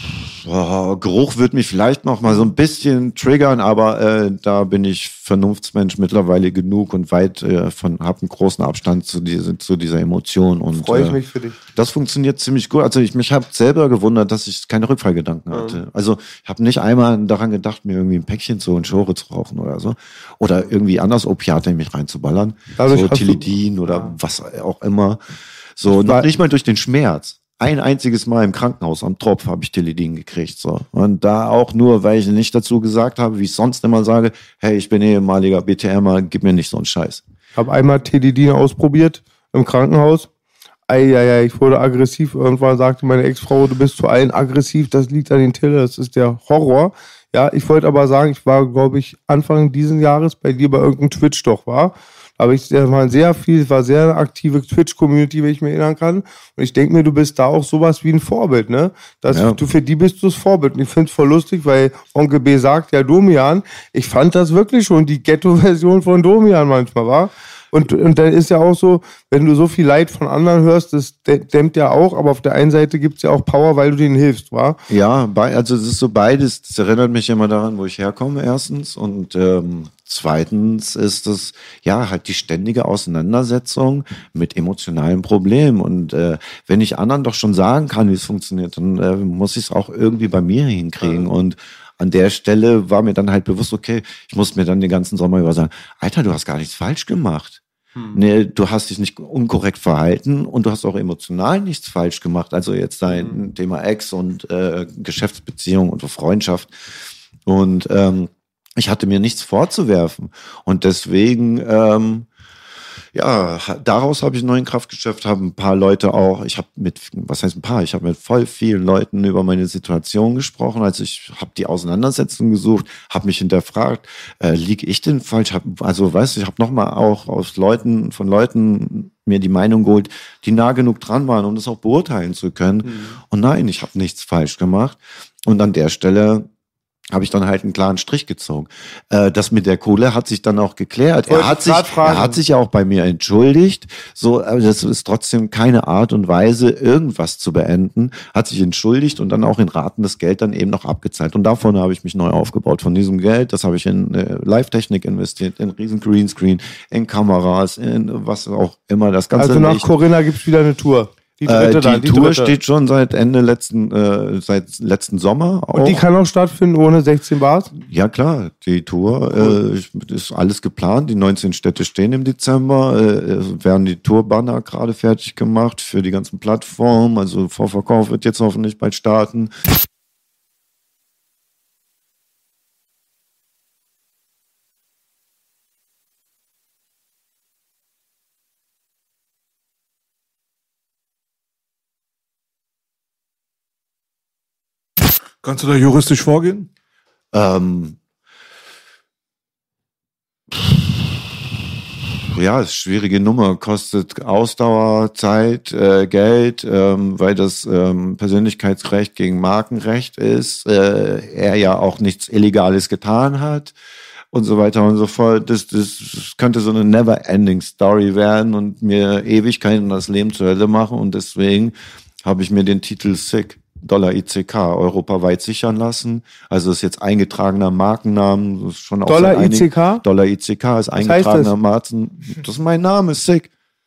Boah, Geruch wird mich vielleicht noch mal so ein bisschen triggern, aber äh, da bin ich Vernunftsmensch mittlerweile genug und weit äh, von, habe einen großen Abstand zu, diese, zu dieser Emotion. Und freue ich äh, mich für dich. Das funktioniert ziemlich gut. Also ich mich habe selber gewundert, dass ich keine Rückfallgedanken hatte. Mhm. Also ich habe nicht einmal daran gedacht, mir irgendwie ein Päckchen zu und Schore zu rauchen oder so. Oder irgendwie anders Opiate in mich reinzuballern. Dadurch so Tilidin oder ja. was auch immer. So, noch nicht mal durch den Schmerz. Ein einziges Mal im Krankenhaus am Tropf habe ich Tilidin gekriegt. So. Und da auch nur, weil ich nicht dazu gesagt habe, wie ich sonst immer sage, hey, ich bin ehemaliger B TMer, gib mir nicht so einen Scheiß. Ich habe einmal Tilidin ausprobiert im Krankenhaus. Eieiei, ich wurde aggressiv. Irgendwann sagte meine Ex-Frau, du bist zu allen aggressiv, das liegt an den Tiller, das ist der Horror. Ja, ich wollte aber sagen, ich war, glaube ich, Anfang diesen Jahres bei dir bei irgendeinem Twitch doch, war. Aber ich war sehr viel, war sehr eine aktive Twitch-Community, wenn ich mich erinnern kann. Und ich denke mir, du bist da auch sowas wie ein Vorbild, ne? Dass ja. du, für die bist du das Vorbild. Und ich finde es voll lustig, weil Onkel B sagt, ja, Domian, ich fand das wirklich schon die Ghetto-Version von Domian manchmal, war. Und, und dann ist ja auch so, wenn du so viel Leid von anderen hörst, das dämmt ja auch, aber auf der einen Seite gibt es ja auch Power, weil du denen hilfst, wa? Ja, also es ist so beides. Das erinnert mich immer daran, wo ich herkomme, erstens. Und ähm, zweitens ist es ja halt die ständige Auseinandersetzung mit emotionalen Problemen. Und äh, wenn ich anderen doch schon sagen kann, wie es funktioniert, dann äh, muss ich es auch irgendwie bei mir hinkriegen. Ja. Und an der Stelle war mir dann halt bewusst, okay, ich muss mir dann den ganzen Sommer über sagen, Alter, du hast gar nichts falsch gemacht. Hm. Nee, du hast dich nicht unkorrekt verhalten und du hast auch emotional nichts falsch gemacht. Also jetzt dein hm. Thema Ex und äh, Geschäftsbeziehung und Freundschaft. Und ähm, ich hatte mir nichts vorzuwerfen. Und deswegen, ähm, ja, daraus habe ich neuen Kraft geschöpft, habe ein paar Leute auch, ich habe mit, was heißt ein paar, ich habe mit voll vielen Leuten über meine Situation gesprochen, also ich habe die Auseinandersetzung gesucht, habe mich hinterfragt, äh, liege ich denn falsch, hab, also weißt du, ich habe nochmal auch aus Leuten, von Leuten mir die Meinung geholt, die nah genug dran waren, um das auch beurteilen zu können. Mhm. Und nein, ich habe nichts falsch gemacht. Und an der Stelle habe ich dann halt einen klaren Strich gezogen. Äh, das mit der Kohle hat sich dann auch geklärt. Er hat sich, er hat sich ja auch bei mir entschuldigt. So, aber das ist trotzdem keine Art und Weise, irgendwas zu beenden. Hat sich entschuldigt und dann auch in Raten das Geld dann eben noch abgezahlt. Und davon habe ich mich neu aufgebaut. Von diesem Geld, das habe ich in äh, Live-Technik investiert, in riesen Greenscreen, in Kameras, in was auch immer. Das ganze Also nach Licht. Corinna gibt's wieder eine Tour. Die, dritte äh, die, dann, die Tour dritte. Steht schon seit Ende letzten, äh, seit letzten Sommer. Auch. Und die kann auch stattfinden ohne sechzehn Bars? Ja klar, die Tour cool. äh, ist alles geplant. Die neunzehn Städte stehen im Dezember. Äh, werden die Tourbanner gerade fertig gemacht für die ganzen Plattformen. Also Vorverkauf wird jetzt hoffentlich bald starten. Kannst du da juristisch vorgehen? Ähm, ja, ist schwierige Nummer, kostet Ausdauer, Zeit, äh, Geld, ähm, weil das ähm, Persönlichkeitsrecht gegen Markenrecht ist, äh, er ja auch nichts Illegales getan hat und so weiter und so fort. Das, das könnte so eine never-ending Story werden und mir Ewigkeiten das Leben zur Hölle machen und deswegen habe ich mir den Titel Sick Dollar I C K europaweit sichern lassen. Also das ist jetzt eingetragener Markennamen. Das ist schon Dollar I C K? Dollar I C K ist was eingetragener Marken. Das ist mein Name, Sick.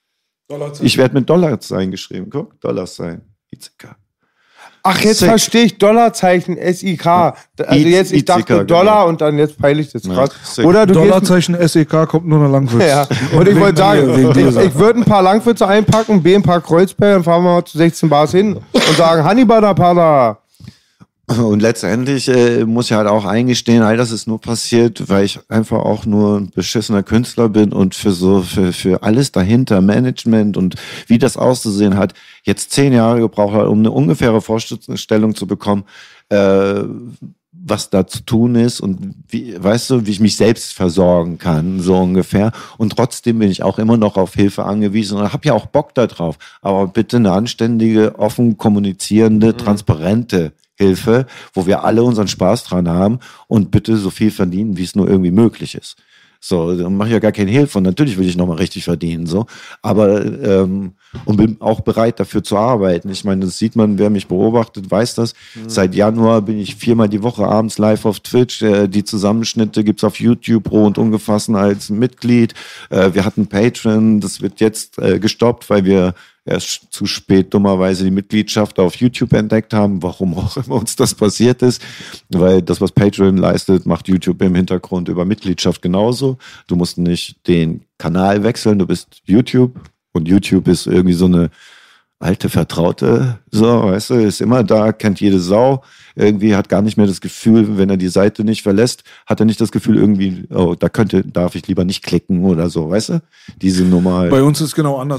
Ich werde mit Dollarzeichen geschrieben. Guck, Dollarzeichen, I C K. Ach, jetzt Sick. Verstehe ich Dollarzeichen S I K. Also jetzt, ich dachte I C K, Dollar genau. Und dann jetzt peile ich das krass. Ja, oder du Dollarzeichen S E K kommt nur nach Langwitz. Ja. Und ich wollte sagen, ich, ich würde ein paar Langwitze einpacken, B ein paar Kreuzberg, dann fahren wir mal zu sechzehn Bars hin und sagen, Hannibal Pada. Und letztendlich äh, muss ich halt auch eingestehen, all das ist nur passiert, weil ich einfach auch nur ein beschissener Künstler bin und für so für für alles dahinter, Management und wie das auszusehen hat, jetzt zehn Jahre gebraucht hat, um eine ungefähre Vorstellung zu bekommen, äh, was da zu tun ist und wie, weißt du, wie ich mich selbst versorgen kann, so ungefähr. Und trotzdem bin ich auch immer noch auf Hilfe angewiesen und habe ja auch Bock da drauf. Aber bitte eine anständige, offen kommunizierende, mhm. transparente Hilfe, wo wir alle unseren Spaß dran haben und bitte so viel verdienen, wie es nur irgendwie möglich ist. So, dann mache ich ja gar keinen Hehl von. Natürlich will ich nochmal richtig verdienen, so. Aber, ähm, und bin auch bereit dafür zu arbeiten. Ich meine, das sieht man, wer mich beobachtet, weiß das. Mhm. Seit Januar bin ich viermal die Woche abends live auf Twitch. Äh, die Zusammenschnitte gibt's auf YouTube pro und ungefasst als Mitglied. Äh, wir hatten Patreon, das wird jetzt äh, gestoppt, weil wir erst zu spät dummerweise die Mitgliedschaft auf YouTube entdeckt haben, warum auch immer uns das passiert ist, weil das, was Patreon leistet, macht YouTube im Hintergrund über Mitgliedschaft genauso. Du musst nicht den Kanal wechseln, du bist YouTube und YouTube ist irgendwie so eine alte Vertraute, so, weißt du, ist immer da, kennt jede Sau, irgendwie hat gar nicht mehr das Gefühl, wenn er die Seite nicht verlässt, hat er nicht das Gefühl irgendwie, oh, da könnte, darf ich lieber nicht klicken oder so, weißt du, diese Nummer. Bei uns ist genau andersrum.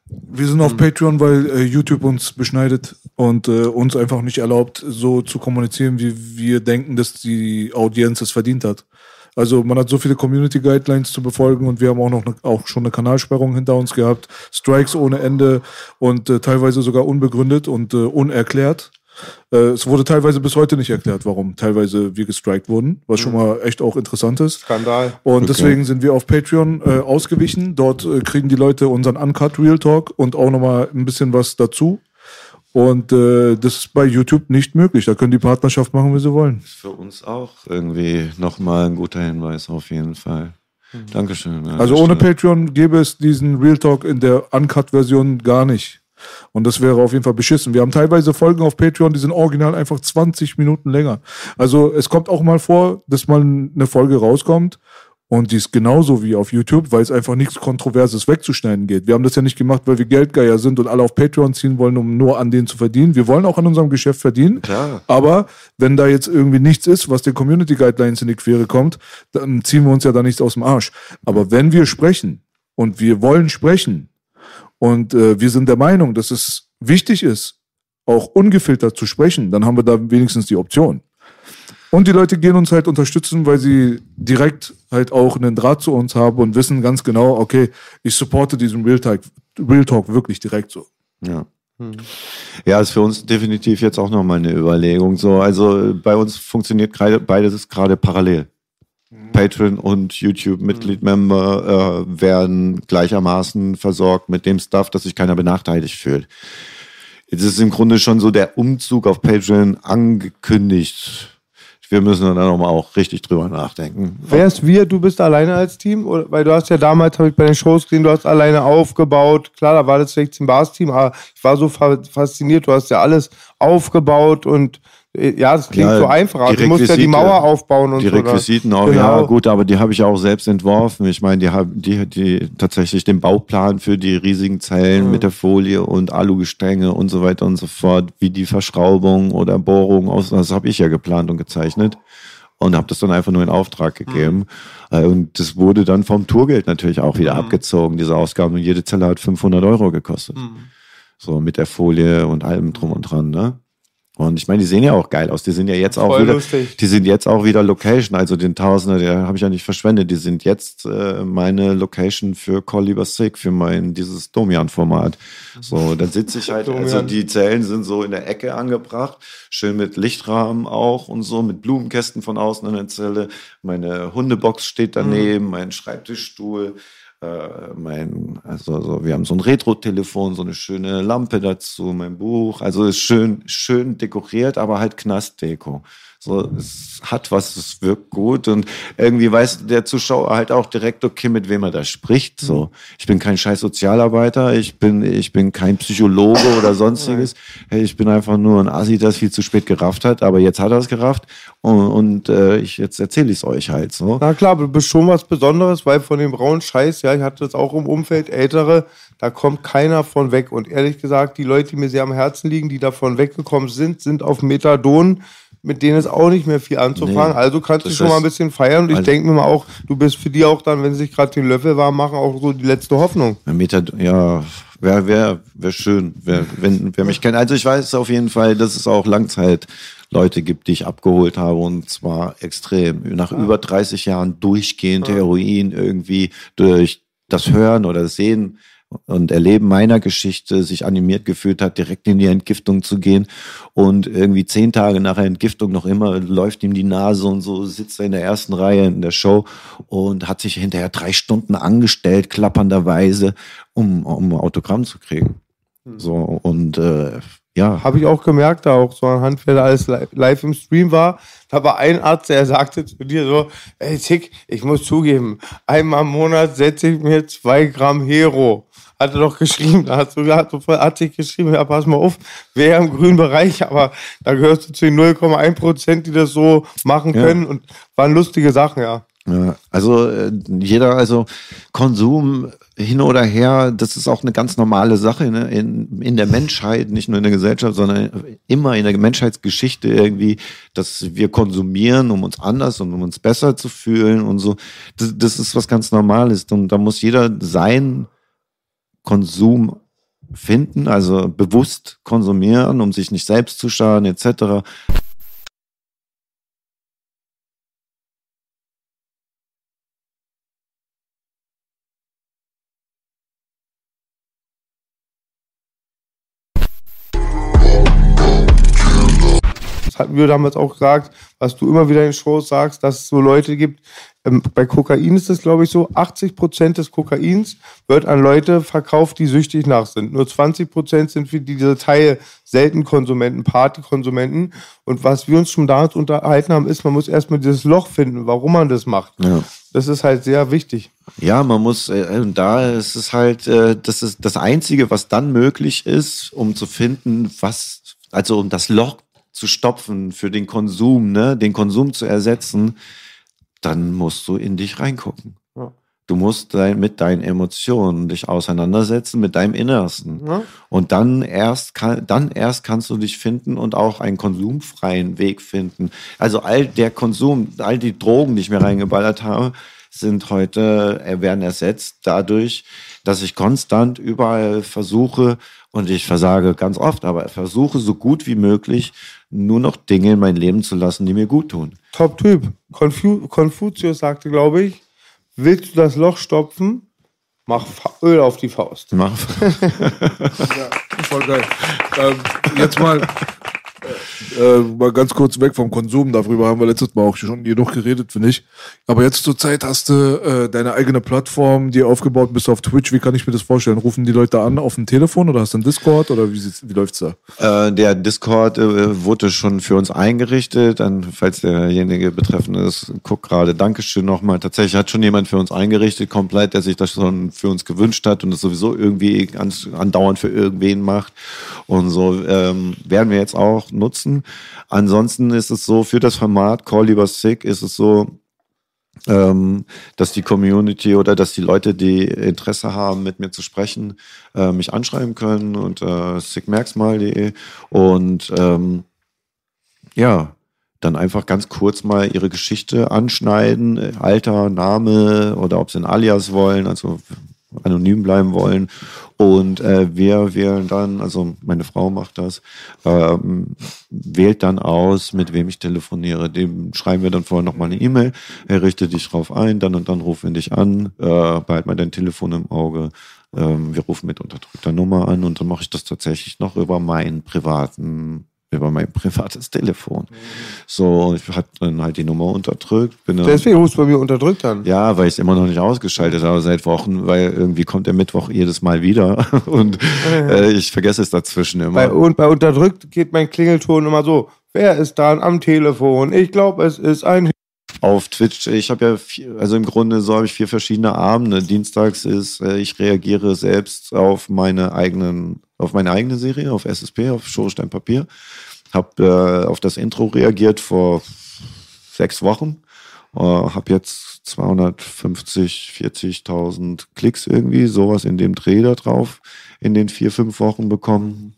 Wir sind auf mhm. Patreon, weil äh, YouTube uns beschneidet und äh, uns einfach nicht erlaubt, so zu kommunizieren, wie wir denken, dass die Audienz es verdient hat. Also man hat so viele Community-Guidelines zu befolgen und wir haben auch noch ne, auch schon eine Kanalsperrung hinter uns gehabt, Strikes ohne Ende und äh, teilweise sogar unbegründet und äh, unerklärt. Äh, es wurde teilweise bis heute nicht erklärt, warum teilweise wir gestrikt wurden, was mhm. schon mal echt auch interessant ist. Skandal. Und okay. deswegen sind wir auf Patreon äh, ausgewichen. Dort äh, kriegen die Leute unseren Uncut Real Talk und auch nochmal ein bisschen was dazu. Und äh, das ist bei YouTube nicht möglich. Da können die Partnerschaft machen, wie sie wollen. Ist für uns auch irgendwie nochmal ein guter Hinweis auf jeden Fall. Mhm. Dankeschön. Ja, also ohne Patreon gäbe es diesen Real Talk in der Uncut-Version gar nicht. Und das wäre auf jeden Fall beschissen. Wir haben teilweise Folgen auf Patreon, die sind original einfach zwanzig Minuten länger. Also es kommt auch mal vor, dass mal eine Folge rauskommt und die ist genauso wie auf YouTube, weil es einfach nichts Kontroverses wegzuschneiden geht. Wir haben das ja nicht gemacht, weil wir Geldgeier sind und alle auf Patreon ziehen wollen, um nur an denen zu verdienen. Wir wollen auch an unserem Geschäft verdienen. Klar. Aber wenn da jetzt irgendwie nichts ist, was den Community Guidelines in die Quere kommt, dann ziehen wir uns ja da nichts aus dem Arsch. Aber wenn wir sprechen und wir wollen sprechen und äh, wir sind der Meinung, dass es wichtig ist, auch ungefiltert zu sprechen, dann haben wir da wenigstens die Option. Und die Leute gehen uns halt unterstützen, weil sie direkt halt auch einen Draht zu uns haben und wissen ganz genau, okay, ich supporte diesen Real Talk, Real Talk wirklich direkt so. Ja. Hm. Ja, ist für uns definitiv jetzt auch nochmal eine Überlegung. So, also bei uns funktioniert gerade beides gerade parallel. Mhm. Patreon und YouTube-Mitglied-Member äh, werden gleichermaßen versorgt mit dem Stuff, dass sich keiner benachteiligt fühlt. Jetzt ist im Grunde schon so der Umzug auf Patreon angekündigt. Wir müssen dann nochmal auch richtig drüber nachdenken. Wer ist wir? Du bist alleine als Team? Oder, weil du hast ja damals, habe ich bei den Shows gesehen, du hast alleine aufgebaut. Klar, da war das sechzehn Bars Team, aber ich war so fasziniert, du hast ja alles aufgebaut und ja, das klingt ja, so einfach. Du musst ja die Mauer aufbauen und die so. Die Requisiten auch, genau. Ja gut, aber die habe ich auch selbst entworfen. Ich meine, die haben die, die tatsächlich den Bauplan für die riesigen Zellen mhm. mit der Folie und Alugestänge und so weiter und so fort, wie die Verschraubung oder Bohrung aus, das habe ich ja geplant und gezeichnet und habe das dann einfach nur in Auftrag gegeben. Mhm. Und das wurde dann vom Tourgeld natürlich auch wieder mhm. abgezogen, diese Ausgaben. Und jede Zelle hat fünfhundert Euro gekostet. Mhm. So mit der Folie und allem drum und dran, ne? Und ich meine, die sehen ja auch geil aus. Die sind ja jetzt auch Voll wieder, lustig. die sind jetzt auch wieder Location. Also den Tausender, der habe ich ja nicht verschwendet. Die sind jetzt äh, meine Location für Call Lieber Sick, für mein dieses Domian-Format. So, dann sitze ich halt. Also die Zellen sind so in der Ecke angebracht, schön mit Lichtrahmen auch und so, mit Blumenkästen von außen in der Zelle. Meine Hundebox steht daneben, mhm. mein Schreibtischstuhl. Äh, mein, also so, wir haben so ein Retro-Telefon, so eine schöne Lampe dazu, mein Buch. Also ist schön, schön dekoriert, aber halt Knastdeko. So, es hat was, es wirkt gut und irgendwie weiß der Zuschauer halt auch direkt, okay, mit wem er da spricht. So, ich bin kein scheiß Sozialarbeiter, ich bin, ich bin kein Psychologe oder sonstiges. Hey, ich bin einfach nur ein Assi, das viel zu spät gerafft hat, aber jetzt hat er es gerafft und, und äh, ich, jetzt erzähle ich es euch halt so. Na klar, du bist schon was Besonderes, weil von dem braunen Scheiß, ja, ich hatte das auch im Umfeld, Ältere, da kommt keiner von weg. Und ehrlich gesagt, die Leute, die mir sehr am Herzen liegen, die davon weggekommen sind, sind auf Methadon. Mit denen ist auch nicht mehr viel anzufangen. Nee, also kannst du schon mal ein bisschen feiern. Und ich denke mir mal auch, du bist für die auch dann, wenn sie sich gerade den Löffel warm machen, auch so die letzte Hoffnung. Methadon, ja, wäre wär, wär schön, wär, wenn wer mich kennt. Also ich weiß auf jeden Fall, dass es auch Langzeitleute gibt, die ich abgeholt habe. Und zwar extrem. Nach ja. über dreißig Jahren durchgehend ja. Heroin irgendwie durch das Hören oder das Sehen und Erleben meiner Geschichte sich animiert gefühlt hat, direkt in die Entgiftung zu gehen und irgendwie zehn Tage nach der Entgiftung noch immer läuft ihm die Nase und so, sitzt er in der ersten Reihe in der Show und hat sich hinterher drei Stunden angestellt, klappernderweise, um, um ein Autogramm zu kriegen. So, und äh, ja. Habe ich auch gemerkt, da auch so anhand, wer da alles live im Stream war. Da war ein Arzt, der sagte zu dir so, ey Tick, ich muss zugeben, einmal im Monat setze ich mir zwei Gramm Hero. Hat er doch geschrieben, da hat sogar hat sich geschrieben, ja pass mal auf, wäre im grünen Bereich, aber da gehörst du zu den null Komma eins Prozent, die das so machen können ja. und waren lustige Sachen, ja. Ja, also äh, jeder, also Konsum hin oder her, das ist auch eine ganz normale Sache, ne? in, in der Menschheit, nicht nur in der Gesellschaft, sondern immer in der Menschheitsgeschichte irgendwie, dass wir konsumieren, um uns anders und um uns besser zu fühlen und so. Das, das ist was ganz Normales und da muss jeder sein Konsum finden, also bewusst konsumieren, um sich nicht selbst zu schaden, et cetera. Das hatten wir damals auch gesagt, was du immer wieder in Shows sagst, dass es so Leute gibt, ähm, bei Kokain ist es, glaube ich, so, achtzig Prozent des Kokains wird an Leute verkauft, die süchtig nach sind. Nur zwanzig Prozent sind für diese Teil selten Konsumenten, Partykonsumenten. Und was wir uns schon damals unterhalten haben, ist, man muss erstmal dieses Loch finden, warum man das macht. Ja. Das ist halt sehr wichtig. Ja, man muss, äh, da ist es halt, äh, das ist das Einzige, was dann möglich ist, um zu finden, was, also um das Loch zu stopfen für den Konsum, ne, den Konsum zu ersetzen, dann musst du in dich reingucken. Ja. Du musst dein, mit deinen Emotionen dich auseinandersetzen, mit deinem Innersten. Ja. Und dann erst, kann, dann erst kannst du dich finden und auch einen konsumfreien Weg finden. Also all der Konsum, all die Drogen, die ich mir reingeballert habe, sind heute, werden ersetzt dadurch, dass ich konstant überall versuche, und ich versage ganz oft, aber versuche so gut wie möglich nur noch Dinge in mein Leben zu lassen, die mir gut tun. Top-Typ. Konfu- Konfuzius sagte, glaube ich, willst du das Loch stopfen, mach Fa- Öl auf die Faust. Mach. Ja, voll geil. Ähm, jetzt mal, äh, mal ganz kurz weg vom Konsum. Darüber haben wir letztes Mal auch schon genug geredet, finde ich. Aber jetzt zur Zeit hast du äh, deine eigene Plattform, die aufgebaut bist auf Twitch. Wie kann ich mir das vorstellen? Rufen die Leute an auf dem Telefon oder hast du einen Discord oder wie, sieht's, wie läuft's da? Äh, der Discord äh, wurde schon für uns eingerichtet. Dann, falls derjenige betroffen ist, guck gerade. Dankeschön nochmal. Tatsächlich hat schon jemand für uns eingerichtet, komplett, der sich das schon für uns gewünscht hat und es sowieso irgendwie ganz andauernd für irgendwen macht. Und so ähm, werden wir jetzt auch nutzen. Ansonsten ist es so, für das Format Call Lieber Sick ist es so, ähm, dass die Community oder dass die Leute, die Interesse haben, mit mir zu sprechen, äh, mich anschreiben können unter sickmerksmal punkt de und ähm, ja, dann einfach ganz kurz mal ihre Geschichte anschneiden, Alter, Name oder ob sie ein Alias wollen, also anonym bleiben wollen. Und äh, wir wählen dann, also meine Frau macht das, ähm, wählt dann aus, mit wem ich telefoniere. Dem schreiben wir dann vorher nochmal eine E-Mail, er richtet dich drauf ein, dann und dann rufen wir dich an, äh, behalt mal dein Telefon im Auge, ähm, wir rufen mit unterdrückter Nummer an und dann mache ich das tatsächlich noch über meinen privaten über mein privates Telefon. Mhm. So, ich hatte dann halt die Nummer unterdrückt. Bin dann, Deswegen rufst du bei mir unterdrückt an. Ja, weil ich es immer noch nicht ausgeschaltet habe seit Wochen, weil irgendwie kommt der Mittwoch jedes Mal wieder und äh, ich vergesse es dazwischen immer. Bei, und bei unterdrückt geht mein Klingelton immer so, wer ist da am Telefon? Ich glaube, es ist ein... Auf Twitch, ich habe ja, vier, also im Grunde so habe ich vier verschiedene Abende. Dienstags ist, äh, ich reagiere selbst auf meine eigenen, auf meine eigene Serie, auf S S P, auf Schornstein Papier. Hab äh, auf das Intro reagiert vor sechs Wochen. Äh, hab jetzt zweihundertfünfzig, vierzigtausend Klicks irgendwie, sowas in dem Dreh da drauf in den vier, fünf Wochen bekommen.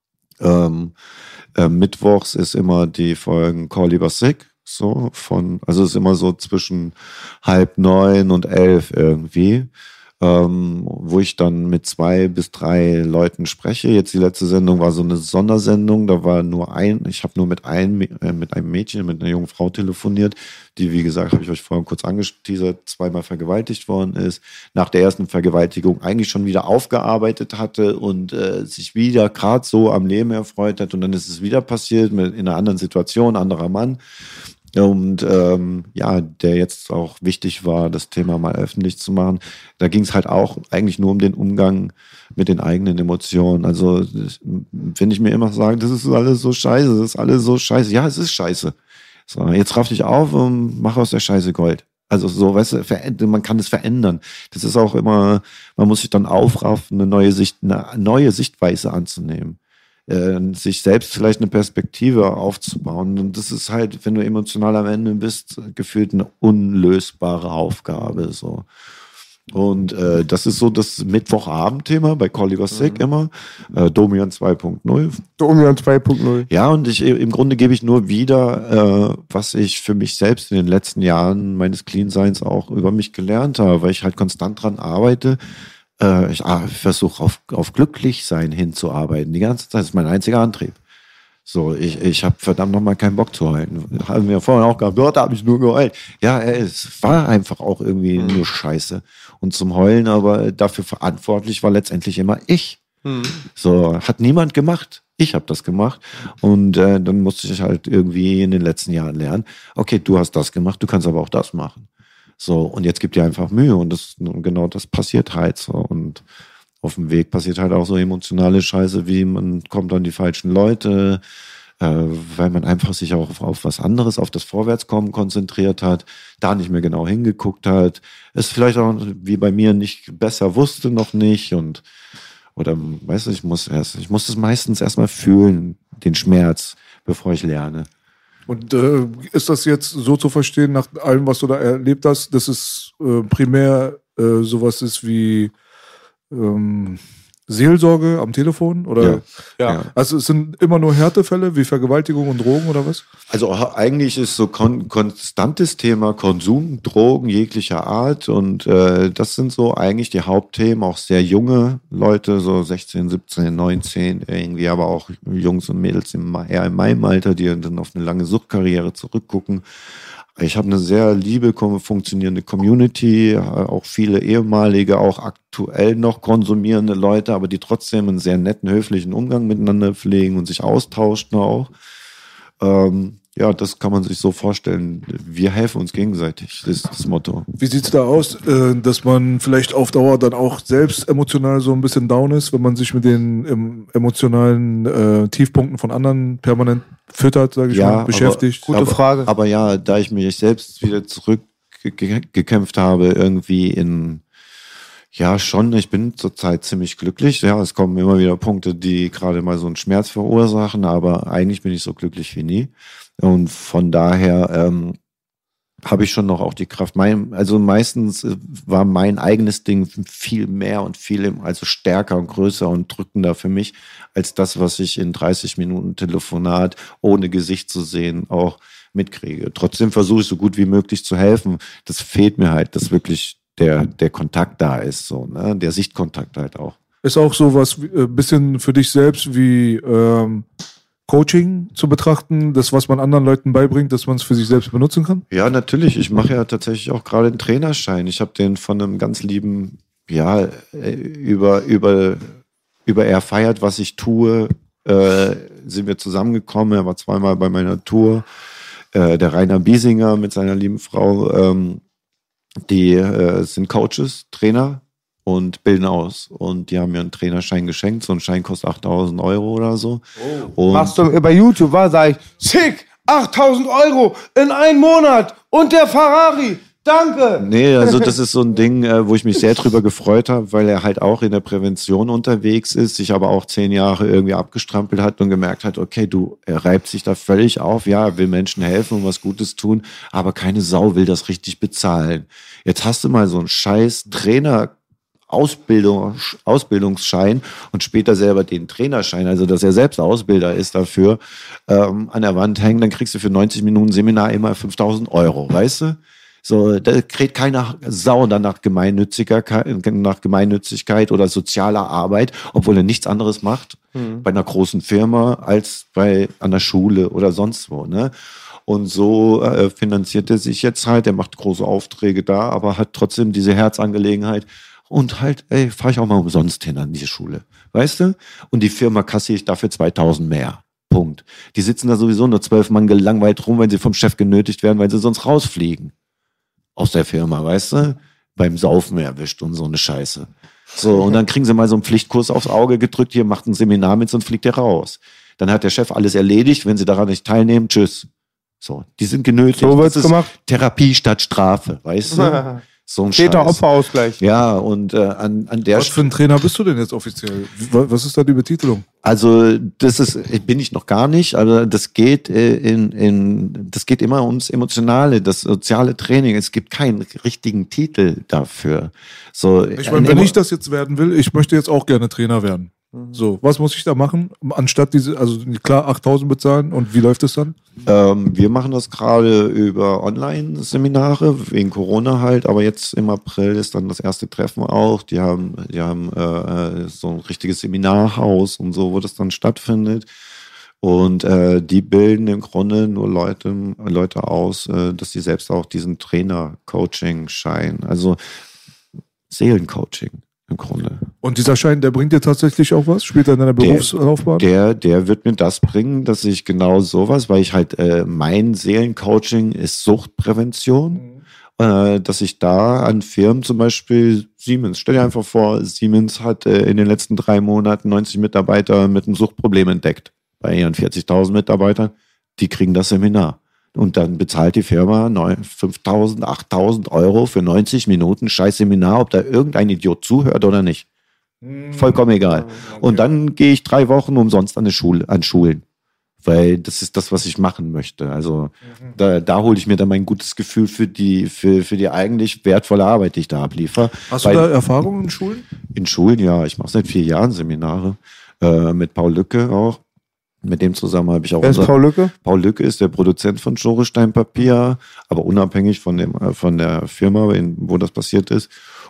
Ähm, äh, Mittwochs ist immer die Folgen Call Lieber Sick. So von, also es ist immer so zwischen halb neun und elf irgendwie, ähm, wo ich dann mit zwei bis drei Leuten spreche. Jetzt die letzte Sendung war so eine Sondersendung, da war nur ein, ich habe nur mit einem, äh, mit einem Mädchen, mit einer jungen Frau telefoniert, die, wie gesagt, habe ich euch vorhin kurz angeteasert, zweimal vergewaltigt worden ist, nach der ersten Vergewaltigung eigentlich schon wieder aufgearbeitet hatte und äh, sich wieder gerade so am Leben erfreut hat und dann ist es wieder passiert mit, in einer anderen Situation, anderer Mann. Und ähm, ja, der jetzt auch wichtig war, das Thema mal öffentlich zu machen. Da ging es halt auch eigentlich nur um den Umgang mit den eigenen Emotionen. Also wenn ich mir immer sage, das ist alles so scheiße, das ist alles so scheiße. Ja, es ist scheiße. So, jetzt raff dich auf und mach aus der Scheiße Gold. Also so, weißt du, man kann es verändern. Das ist auch immer, man muss sich dann aufraffen, eine neue Sicht, eine neue Sichtweise anzunehmen. Äh, sich selbst vielleicht eine Perspektive aufzubauen. Und das ist halt, wenn du emotional am Ende bist, gefühlt eine unlösbare Aufgabe. So. Und äh, das ist so das Mittwochabend-Thema bei Call Lieber Sick mhm. immer. Äh, Domian zwei Punkt null. Domian zwei Punkt null. Ja, und ich im Grunde gebe ich nur wieder, äh, was ich für mich selbst in den letzten Jahren meines Clean-Seins auch über mich gelernt habe, weil ich halt konstant dran arbeite, Äh, ich ah, ich versuche auf, auf Glücklichsein hinzuarbeiten. Die ganze Zeit. Das ist mein einziger Antrieb. So, ich, ich habe verdammt nochmal keinen Bock zu heulen. Haben wir vorhin auch gehabt, dort habe ich nur geheult. Ja, es war einfach auch irgendwie mhm. nur Scheiße. Und zum Heulen, aber dafür verantwortlich war letztendlich immer ich. Mhm. So, hat niemand gemacht. Ich habe das gemacht. Und äh, dann musste ich halt irgendwie in den letzten Jahren lernen, okay, du hast das gemacht, du kannst aber auch das machen. So, und jetzt gib dir einfach Mühe. Und das, genau das passiert halt so. Und auf dem Weg passiert halt auch so emotionale Scheiße, wie man kommt an die falschen Leute, äh, weil man einfach sich auch auf, auf was anderes, auf das Vorwärtskommen konzentriert hat, da nicht mehr genau hingeguckt hat, es vielleicht auch wie bei mir nicht besser wusste noch nicht und oder weißt du, ich muss erst, ich muss es meistens erstmal fühlen, den Schmerz, bevor ich lerne. Und äh, ist das jetzt so zu verstehen, nach allem, was du da erlebt hast, dass es äh, primär äh, sowas ist wie Ähm, Seelsorge am Telefon? Oder? Ja. ja. Also es sind immer nur Härtefälle wie Vergewaltigung und Drogen oder was? Also eigentlich ist so kon- konstantes Thema Konsum, Drogen jeglicher Art und äh, das sind so eigentlich die Hauptthemen, auch sehr junge Leute, so sechzehn, siebzehn, neunzehn irgendwie, aber auch Jungs und Mädels im, eher in meinem Alter, die dann auf eine lange Suchtkarriere zurückgucken. Ich habe eine sehr liebe, funktionierende Community, auch viele ehemalige, auch aktuell noch konsumierende Leute, aber die trotzdem einen sehr netten, höflichen Umgang miteinander pflegen und sich austauschen auch. Ähm, ja, das kann man sich so vorstellen. Wir helfen uns gegenseitig, das ist das Motto. Wie sieht's da aus, äh, dass man vielleicht auf Dauer dann auch selbst emotional so ein bisschen down ist, wenn man sich mit den ähm, emotionalen äh, Tiefpunkten von anderen permanent füttert, sage ich ja, mal, beschäftigt? Aber, Gute aber, Frage. Aber ja, da ich mich selbst wieder zurückgekämpft habe, irgendwie in, ja schon, ich bin zurzeit ziemlich glücklich. Ja, es kommen immer wieder Punkte, die gerade mal so einen Schmerz verursachen, aber eigentlich bin ich so glücklich wie nie. Und von daher ähm, habe ich schon noch auch die Kraft. Mein, also meistens war mein eigenes Ding viel mehr und viel, also stärker und größer und drückender für mich, als das, was ich in dreißig Minuten Telefonat ohne Gesicht zu sehen auch mitkriege. Trotzdem versuche ich so gut wie möglich zu helfen. Das fehlt mir halt, dass wirklich der, der Kontakt da ist, so, ne? Der Sichtkontakt halt auch. Ist auch so was ein äh, bisschen für dich selbst wie ähm Coaching zu betrachten, das, was man anderen Leuten beibringt, dass man es für sich selbst benutzen kann? Ja, natürlich. Ich mache ja tatsächlich auch gerade einen Trainerschein. Ich habe den von einem ganz lieben, ja, über, über, über er feiert, was ich tue, äh, sind wir zusammengekommen. Er war zweimal bei meiner Tour. Äh, der Rainer Biesinger mit seiner lieben Frau, ähm, die äh, sind Coaches, Trainer und bilden aus. Und die haben mir einen Trainerschein geschenkt. So ein Schein kostet achttausend Euro oder so. Oh. Machst du bei YouTube, war, sag ich, schick, achttausend Euro in einem Monat und der Ferrari, danke. Nee, also das ist so ein Ding, wo ich mich sehr drüber gefreut habe, weil er halt auch in der Prävention unterwegs ist, sich aber auch zehn Jahre irgendwie abgestrampelt hat und gemerkt hat, okay, du, er reibt sich da völlig auf, ja, er will Menschen helfen und was Gutes tun, aber keine Sau will das richtig bezahlen. Jetzt hast du mal so einen scheiß Trainer Ausbildung, Ausbildungsschein und später selber den Trainerschein, also dass er selbst Ausbilder ist dafür, ähm, an der Wand hängen, dann kriegst du für neunzig Minuten Seminar immer fünftausend Euro, weißt du? So, da kriegt keiner Sau dann nach Gemeinnützigkeit, nach Gemeinnützigkeit oder sozialer Arbeit, obwohl er nichts anderes macht mhm. bei einer großen Firma als bei einer Schule oder sonst wo, ne? Und so äh, finanziert er sich jetzt halt, er macht große Aufträge da, aber hat trotzdem diese Herzangelegenheit. Und halt, ey, fahre ich auch mal umsonst hin an diese Schule, weißt du? Und die Firma kassiere ich dafür zweitausend mehr. Punkt. Die sitzen da sowieso nur zwölf Mann gelangweilt rum, wenn sie vom Chef genötigt werden, weil sie sonst rausfliegen. Aus der Firma, weißt du? Beim Saufen erwischt und so eine Scheiße. So, und dann kriegen sie mal so einen Pflichtkurs aufs Auge gedrückt, hier macht ein Seminar mit, sonst fliegt ihr raus. Dann hat der Chef alles erledigt, wenn sie daran nicht teilnehmen, tschüss. So, die sind genötigt. So wird's gemacht. Therapie statt Strafe, weißt du? So ein Täter Opferausgleich. Ja, und äh, an, an der Was für ein Trainer bist du denn jetzt offiziell? Was ist da die Betitelung? Also das ist, bin ich noch gar nicht, aber das geht äh, in, in, das geht immer ums Emotionale, das soziale Training. Es gibt keinen richtigen Titel dafür. So, ich meine, wenn ich das jetzt werden will, ich möchte jetzt auch gerne Trainer werden. So, was muss ich da machen, anstatt diese, also klar achttausend bezahlen und wie läuft das dann? Ähm, wir machen das gerade über Online-Seminare, wegen Corona halt, aber jetzt im April ist dann das erste Treffen auch. Die haben, die haben äh, so ein richtiges Seminarhaus und so, wo das dann stattfindet. Und äh, die bilden im Grunde nur Leute, Leute aus, äh, dass sie selbst auch diesen Trainer-Coaching-Schein, also Seelencoaching im Grunde. Und dieser Schein, der bringt dir tatsächlich auch was? Spielt er in deiner Berufslaufbahn? Der, der wird mir das bringen, dass ich genau sowas, weil ich halt, äh, mein Seelencoaching ist Suchtprävention, mhm. äh, dass ich da an Firmen zum Beispiel Siemens, stell dir einfach vor, Siemens hat äh, in den letzten drei Monaten neunzig Mitarbeiter mit einem Suchtproblem entdeckt. Bei ihren vierzigtausend Mitarbeitern, die kriegen das Seminar. Und dann bezahlt die Firma fünftausend, achttausend Euro für neunzig Minuten scheiß Seminar, ob da irgendein Idiot zuhört oder nicht. Vollkommen egal. Und dann gehe ich drei Wochen umsonst an, eine Schule, an Schulen. Weil das ist das, was ich machen möchte. Also da, da hole ich mir dann mein gutes Gefühl für die, für, für die eigentlich wertvolle Arbeit, die ich da abliefere. Hast Weil, du da Erfahrungen in Schulen? In Schulen, ja. Ich mache seit vier Jahren Seminare. Äh, mit Paul Lücke auch. Mit dem zusammen habe ich auch... Wer ist Paul Lücke? Paul Lücke ist der Produzent von Schorestein Papier, aber unabhängig von, dem, von der Firma, in, wo das passiert ist.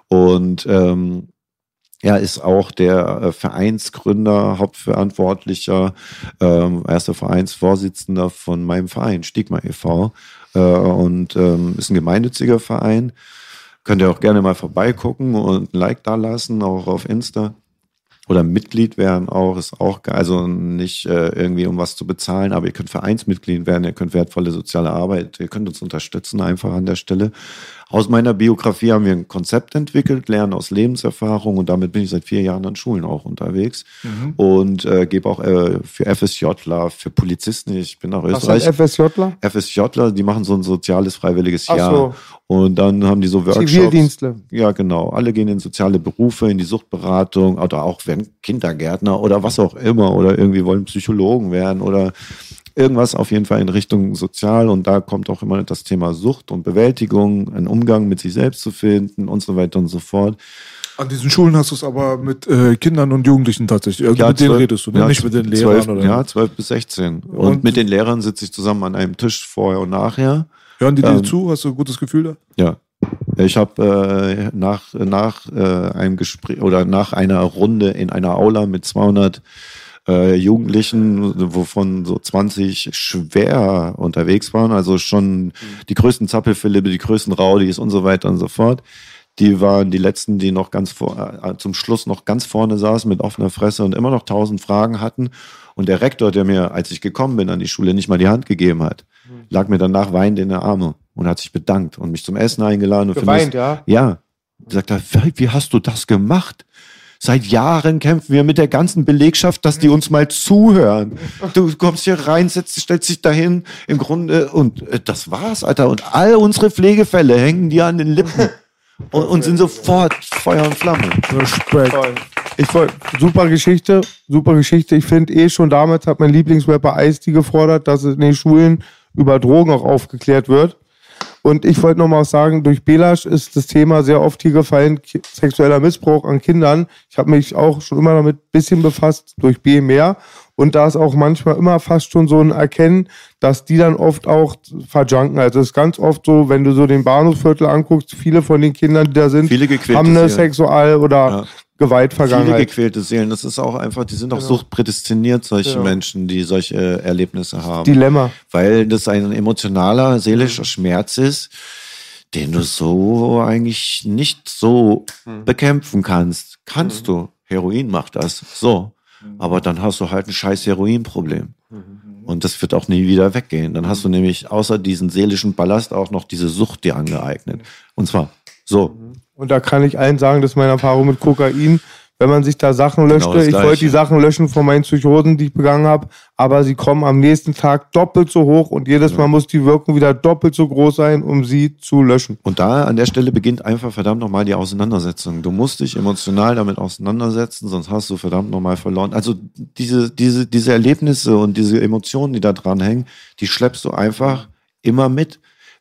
Und ähm, er ist auch der Vereinsgründer, Hauptverantwortlicher, ähm, erster Vereinsvorsitzender von meinem Verein, Stigma e V Äh, und ähm, ist ein gemeinnütziger Verein. Könnt ihr auch gerne mal vorbeigucken und ein Like da lassen, auch auf Insta. Oder Mitglied werden auch, ist auch geil. Also nicht äh, irgendwie um was zu bezahlen, aber ihr könnt Vereinsmitglied werden, ihr könnt wertvolle soziale Arbeit, ihr könnt uns unterstützen einfach an der Stelle. Aus meiner Biografie haben wir ein Konzept entwickelt, Lernen aus Lebenserfahrung, und damit bin ich seit vier Jahren an Schulen auch unterwegs mhm. und äh, gebe auch äh, für FSJler, für Polizisten, ich bin nach Österreich. Was sind FSJler? FSJler, die machen so ein soziales, freiwilliges Ach Jahr. So. Und dann haben die so Workshops. Zivildienstler. Ja, genau. Alle gehen in soziale Berufe, in die Suchtberatung oder auch werden Kindergärtner oder was auch immer oder irgendwie wollen Psychologen werden oder irgendwas auf jeden Fall in Richtung sozial, und da kommt auch immer das Thema Sucht und Bewältigung, einen Umgang mit sich selbst zu finden und so weiter und so fort. An diesen Schulen hast du es aber mit äh, Kindern und Jugendlichen tatsächlich, also ja, mit zwölf, denen redest du, ne? Ja, Nicht mit den Lehrern? zwölf, oder? Ja, zwölf bis sechzehn. Und, und mit den Lehrern sitze ich zusammen an einem Tisch vorher und nachher. Hören die dir ähm, zu? Hast du ein gutes Gefühl da? Ja. Ich habe äh, nach, nach äh, einem Gespräch oder nach einer Runde in einer Aula mit zweihundert äh, Jugendlichen, wovon so zwanzig schwer unterwegs waren, also schon die größten Zappelphilippe, die größten Raudis und so weiter und so fort. Die waren die letzten, die noch ganz vor, äh, zum Schluss noch ganz vorne saßen mit offener Fresse und immer noch tausend Fragen hatten. Und der Rektor, der mir, als ich gekommen bin an die Schule, nicht mal die Hand gegeben hat, lag mir danach weinend in den Arme und hat sich bedankt und mich zum Essen eingeladen. Und Geweint, ja? Ja. Sagt er, wie hast du das gemacht? Seit Jahren kämpfen wir mit der ganzen Belegschaft, dass die uns mal zuhören. Du kommst hier rein, setzt, stellst dich dahin, im Grunde, und äh, das war's, Alter. Und all unsere Pflegefälle hängen dir an den Lippen und, und sind sofort Feuer und Flamme. Respekt. Ich wollt, super Geschichte, super Geschichte. Ich finde eh schon damals hat mein Lieblingsrapper Ice-T gefordert, dass es in den Schulen über Drogen auch aufgeklärt wird. Und ich wollte noch mal sagen, durch Belasch ist das Thema sehr oft hier gefallen, sexueller Missbrauch an Kindern. Ich habe mich auch schon immer damit ein bisschen befasst, durch B mehr. Und da ist auch manchmal immer fast schon so ein Erkennen, dass die dann oft auch verjunken. Also es ist ganz oft so, wenn du so den Bahnhofsviertel anguckst, viele von den Kindern, die da sind, haben eine Sexual- oder ja. Gewaltvergangenheit. Viele gequälte Seelen, das ist auch einfach, die sind auch genau. suchtprädestiniert, solche ja. Menschen, die solche äh, Erlebnisse haben. Dilemma. Weil das ein emotionaler, seelischer Schmerz ist, den du so eigentlich nicht so mhm. bekämpfen kannst. Kannst mhm. du. Heroin macht das. So. Mhm. Aber dann hast du halt ein scheiß Heroinproblem. Mhm. Und das wird auch nie wieder weggehen. Dann hast du nämlich außer diesen seelischen Ballast auch noch diese Sucht dir angeeignet. Und zwar so. Und da kann ich allen sagen, das ist meine Erfahrung mit Kokain, wenn man sich da Sachen löschte. Genau, ich wollte die Sachen löschen von meinen Psychosen, die ich begangen habe, aber sie kommen am nächsten Tag doppelt so hoch und jedes ja. Mal muss die Wirkung wieder doppelt so groß sein, um sie zu löschen. Und da an der Stelle beginnt einfach verdammt nochmal die Auseinandersetzung. Du musst dich emotional damit auseinandersetzen, sonst hast du verdammt nochmal verloren. Also diese, diese, diese Erlebnisse und diese Emotionen, die da dran hängen, die schleppst du einfach immer mit.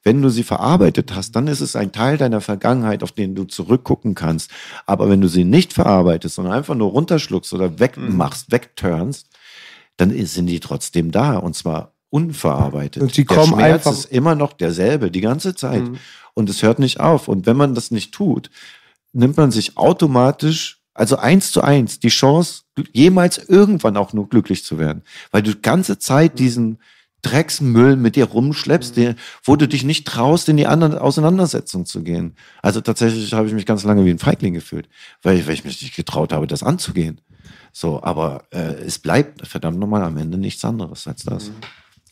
Wenn du sie verarbeitet hast, dann ist es ein Teil deiner Vergangenheit, auf den du zurückgucken kannst. Aber wenn du sie nicht verarbeitest, sondern einfach nur runterschluckst oder wegmachst, mhm. wegturnst, dann sind die trotzdem da und zwar unverarbeitet. Und sie der kommen Schmerz einfach ist immer noch derselbe, die ganze Zeit. Mhm. Und es hört nicht auf. Und wenn man das nicht tut, nimmt man sich automatisch, also eins zu eins, die Chance, jemals irgendwann auch nur glücklich zu werden. Weil du die ganze Zeit diesen Drecksmüll mit dir rumschleppst, der, wo du dich nicht traust, in die andere Auseinandersetzung zu gehen. Also tatsächlich habe ich mich ganz lange wie ein Feigling gefühlt, weil ich, weil ich mich nicht getraut habe, das anzugehen. So, aber äh, es bleibt verdammt nochmal am Ende nichts anderes als das. Mhm.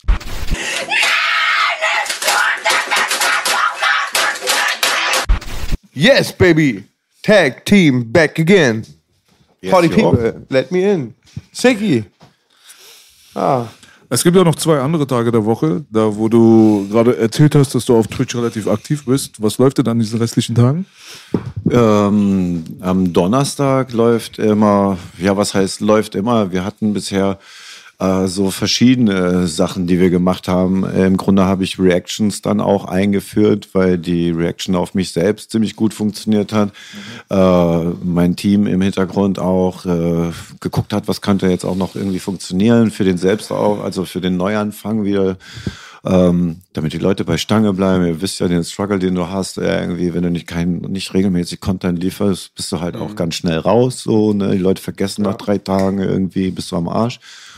Yes, baby. Tag team back again. Yes, Party yo. people, let me in. Sicky. Ah. Es gibt ja noch zwei andere Tage der Woche, da wo du gerade erzählt hast, dass du auf Twitch relativ aktiv bist. Was läuft denn an diesen restlichen Tagen? Ähm, am Donnerstag läuft immer, ja, was heißt läuft immer? Wir hatten bisher äh, so verschiedene Sachen, die wir gemacht haben. Äh, Im Grunde habe ich Reactions dann auch eingeführt, weil die Reaction auf mich selbst ziemlich gut funktioniert hat. Mhm. Äh, mein Team im Hintergrund auch äh, geguckt hat, was könnte jetzt auch noch irgendwie funktionieren für den selbst auch, also für den Neuanfang wieder. Ähm, damit die Leute bei Stange bleiben. Ihr wisst ja den Struggle, den du hast, äh, irgendwie, wenn du nicht kein, nicht regelmäßig Content lieferst, bist du halt mhm. auch ganz schnell raus, so, ne? Die Leute vergessen ja. nach drei Tagen irgendwie, bist du am Arsch.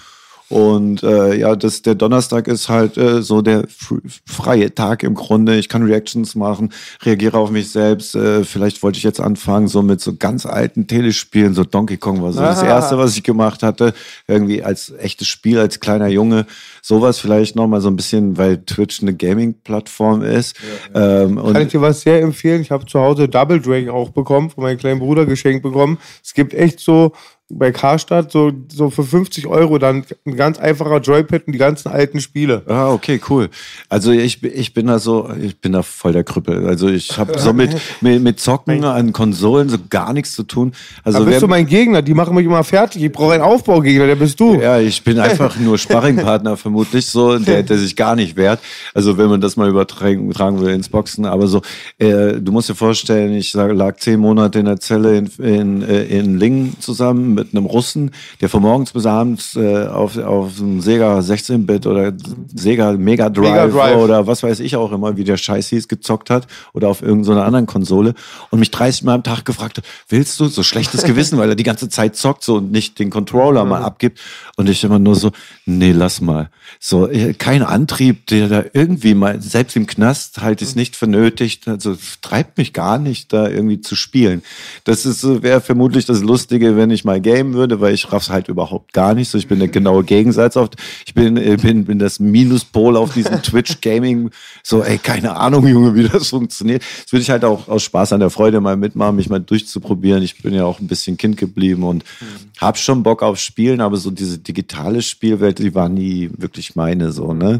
Und äh, ja, das, der Donnerstag ist halt äh, so der f- freie Tag im Grunde. Ich kann Reactions machen, reagiere auf mich selbst. Äh, vielleicht wollte ich jetzt anfangen so mit so ganz alten Telespielen, so Donkey Kong war so Aha. das erste, was ich gemacht hatte. Irgendwie als echtes Spiel, als kleiner Junge. Sowas vielleicht nochmal so ein bisschen, weil Twitch eine Gaming-Plattform ist. Ja, ja. Ähm, kann ich dir was sehr empfehlen? Ich habe zu Hause Double Dragon auch bekommen, von meinem kleinen Bruder geschenkt bekommen. Es gibt echt so bei Karstadt so, so für fünfzig Euro dann ein ganz einfacher Joypad und die ganzen alten Spiele. Ah, okay, cool. Also ich, ich bin da so, ich bin da voll der Krüppel. Also ich habe so mit, mit, mit Zocken an Konsolen so gar nichts zu tun. Also da bist du mein Gegner, die machen mich immer fertig. Ich brauche einen Aufbaugegner, der bist du. Ja, ich bin einfach nur Sparringpartner vermutlich so, der, der sich gar nicht wehrt. Also wenn man das mal übertragen will ins Boxen. Aber so, äh, du musst dir vorstellen, ich sag, lag zehn Monate in der Zelle in, in, in Lingen zusammen mit einem Russen, der von morgens bis abends äh, auf, auf einem Sega sechzehn-Bit oder Sega Mega Drive, Mega Drive oder was weiß ich auch immer, wie der Scheiß hieß, gezockt hat oder auf irgendeiner anderen Konsole und mich dreißig Mal am Tag gefragt hat, willst du? So schlechtes Gewissen, weil er die ganze Zeit zockt so und nicht den Controller mal abgibt und ich immer nur so, nee, lass mal. So, kein Antrieb, der da irgendwie mal, selbst im Knast halte ich es nicht für nötig, also treibt mich gar nicht, da irgendwie zu spielen. Das ist, wäre vermutlich das Lustige, wenn ich mal gamen würde, weil ich raff's halt überhaupt gar nicht so. Ich bin der genaue Gegensatz auf, ich bin, bin, bin das Minuspol auf diesem Twitch-Gaming, so, ey, keine Ahnung, Junge, wie das funktioniert. Das würde ich halt auch aus Spaß an der Freude mal mitmachen, mich mal durchzuprobieren. Ich bin ja auch ein bisschen Kind geblieben und mhm. hab schon Bock auf Spielen, aber so diese digitale Spielwelt, die war nie wirklich meine, so, ne?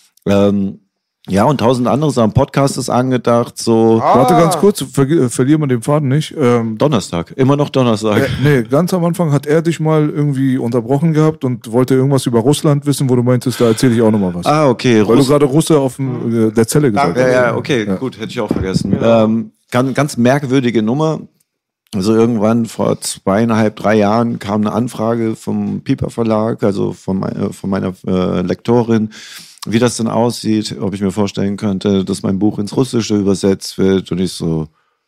Ähm, ja, und tausend andere Sachen. Podcast ist angedacht, so. Ah. Warte ganz kurz, ver- verlieren wir den Faden nicht. Ähm, Donnerstag, immer noch Donnerstag. Äh, nee, ganz am Anfang hat er dich mal irgendwie unterbrochen gehabt und wollte irgendwas über Russland wissen, wo du meintest, da erzähle ich auch nochmal was. Ah, okay. Weil Russ- du gerade Russe auf dem, äh, der Zelle gesagt hast. Ja, ja, okay, ja. Gut, hätte ich auch vergessen. Genau. Ähm, ganz, ganz merkwürdige Nummer. Also irgendwann vor zweieinhalb, drei Jahren kam eine Anfrage vom Piper Verlag, also von, mein, von meiner äh, Lektorin, wie das denn aussieht, ob ich mir vorstellen könnte, dass mein Buch ins Russische übersetzt wird. Und ich so,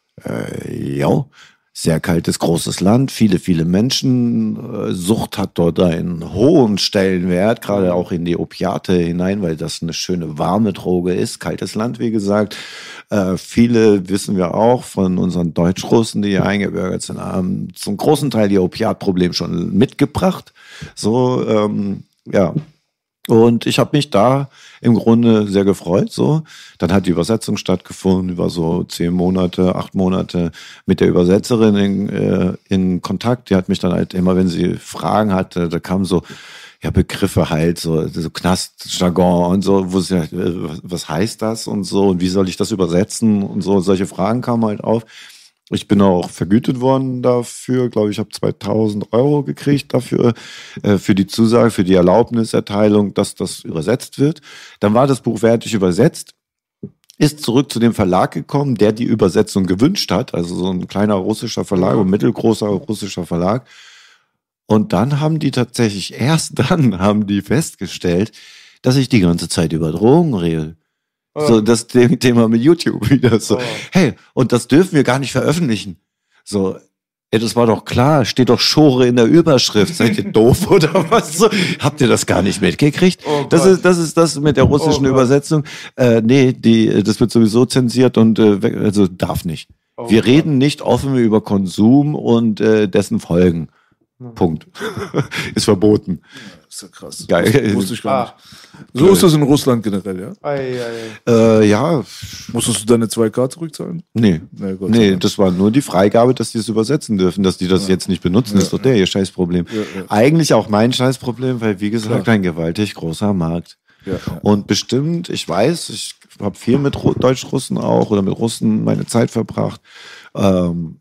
äh, ja, sehr kaltes, großes Land, viele, viele Menschen. Äh, Sucht hat dort einen hohen Stellenwert, gerade auch in die Opiate hinein, weil das eine schöne, warme Droge ist. Kaltes Land, wie gesagt. Äh, viele, wissen wir auch, von unseren Deutschrussen, die hier eingebürgert sind, haben zum großen Teil ihr Opiatproblem schon mitgebracht. So, ähm, ja. Und ich habe mich da im Grunde sehr gefreut. So, dann hat die Übersetzung stattgefunden, über so zehn Monate, acht Monate mit der Übersetzerin in, äh, in Kontakt. Die hat mich dann halt immer, wenn sie Fragen hatte, da kamen so ja Begriffe halt, so, so Knastjargon und so, wo sie, äh, was heißt das und so und wie soll ich das übersetzen und so. Solche Fragen kamen halt auf. Ich bin auch vergütet worden dafür, glaube ich, habe zweitausend Euro gekriegt dafür, äh, für die Zusage, für die Erlaubniserteilung, dass das übersetzt wird. Dann war das Buch fertig übersetzt ist zurück zu dem Verlag gekommen, der die Übersetzung gewünscht hat, also so ein kleiner russischer Verlag, ein mittelgroßer russischer Verlag. Und dann haben die tatsächlich, erst dann haben die festgestellt, dass ich die ganze Zeit über Drogen rede. Oh. So, das Thema mit YouTube wieder so. Oh. Hey, und das dürfen wir gar nicht veröffentlichen. So, ja, das war doch klar, steht doch Schore in der Überschrift. Seid ihr doof oder was? So, habt ihr das gar nicht mitgekriegt? Oh das ist das ist das mit der russischen oh Übersetzung. Äh, nee, die, das wird sowieso zensiert und äh, also darf nicht. Oh wir Gott. reden nicht offen über Konsum und äh, dessen Folgen. Punkt. Ist verboten. Ja, ist ja krass. Geil. Das wusste ich gar nicht. So ist das in Russland generell, ja? Ei, ei, ei. Äh, ja. Musstest du deine zwei K zurückzahlen? Nee. Nee, nee, das war nur die Freigabe, dass die es übersetzen dürfen. Dass die das ja. jetzt nicht benutzen, ja, ist doch der ihr Scheißproblem. Ja, ja. Eigentlich auch mein Scheißproblem, weil, wie gesagt, Klar. ein gewaltig großer Markt. Ja, ja. Und bestimmt, ich weiß, ich habe viel mit Deutsch-Russen auch oder mit Russen meine Zeit verbracht. Ähm,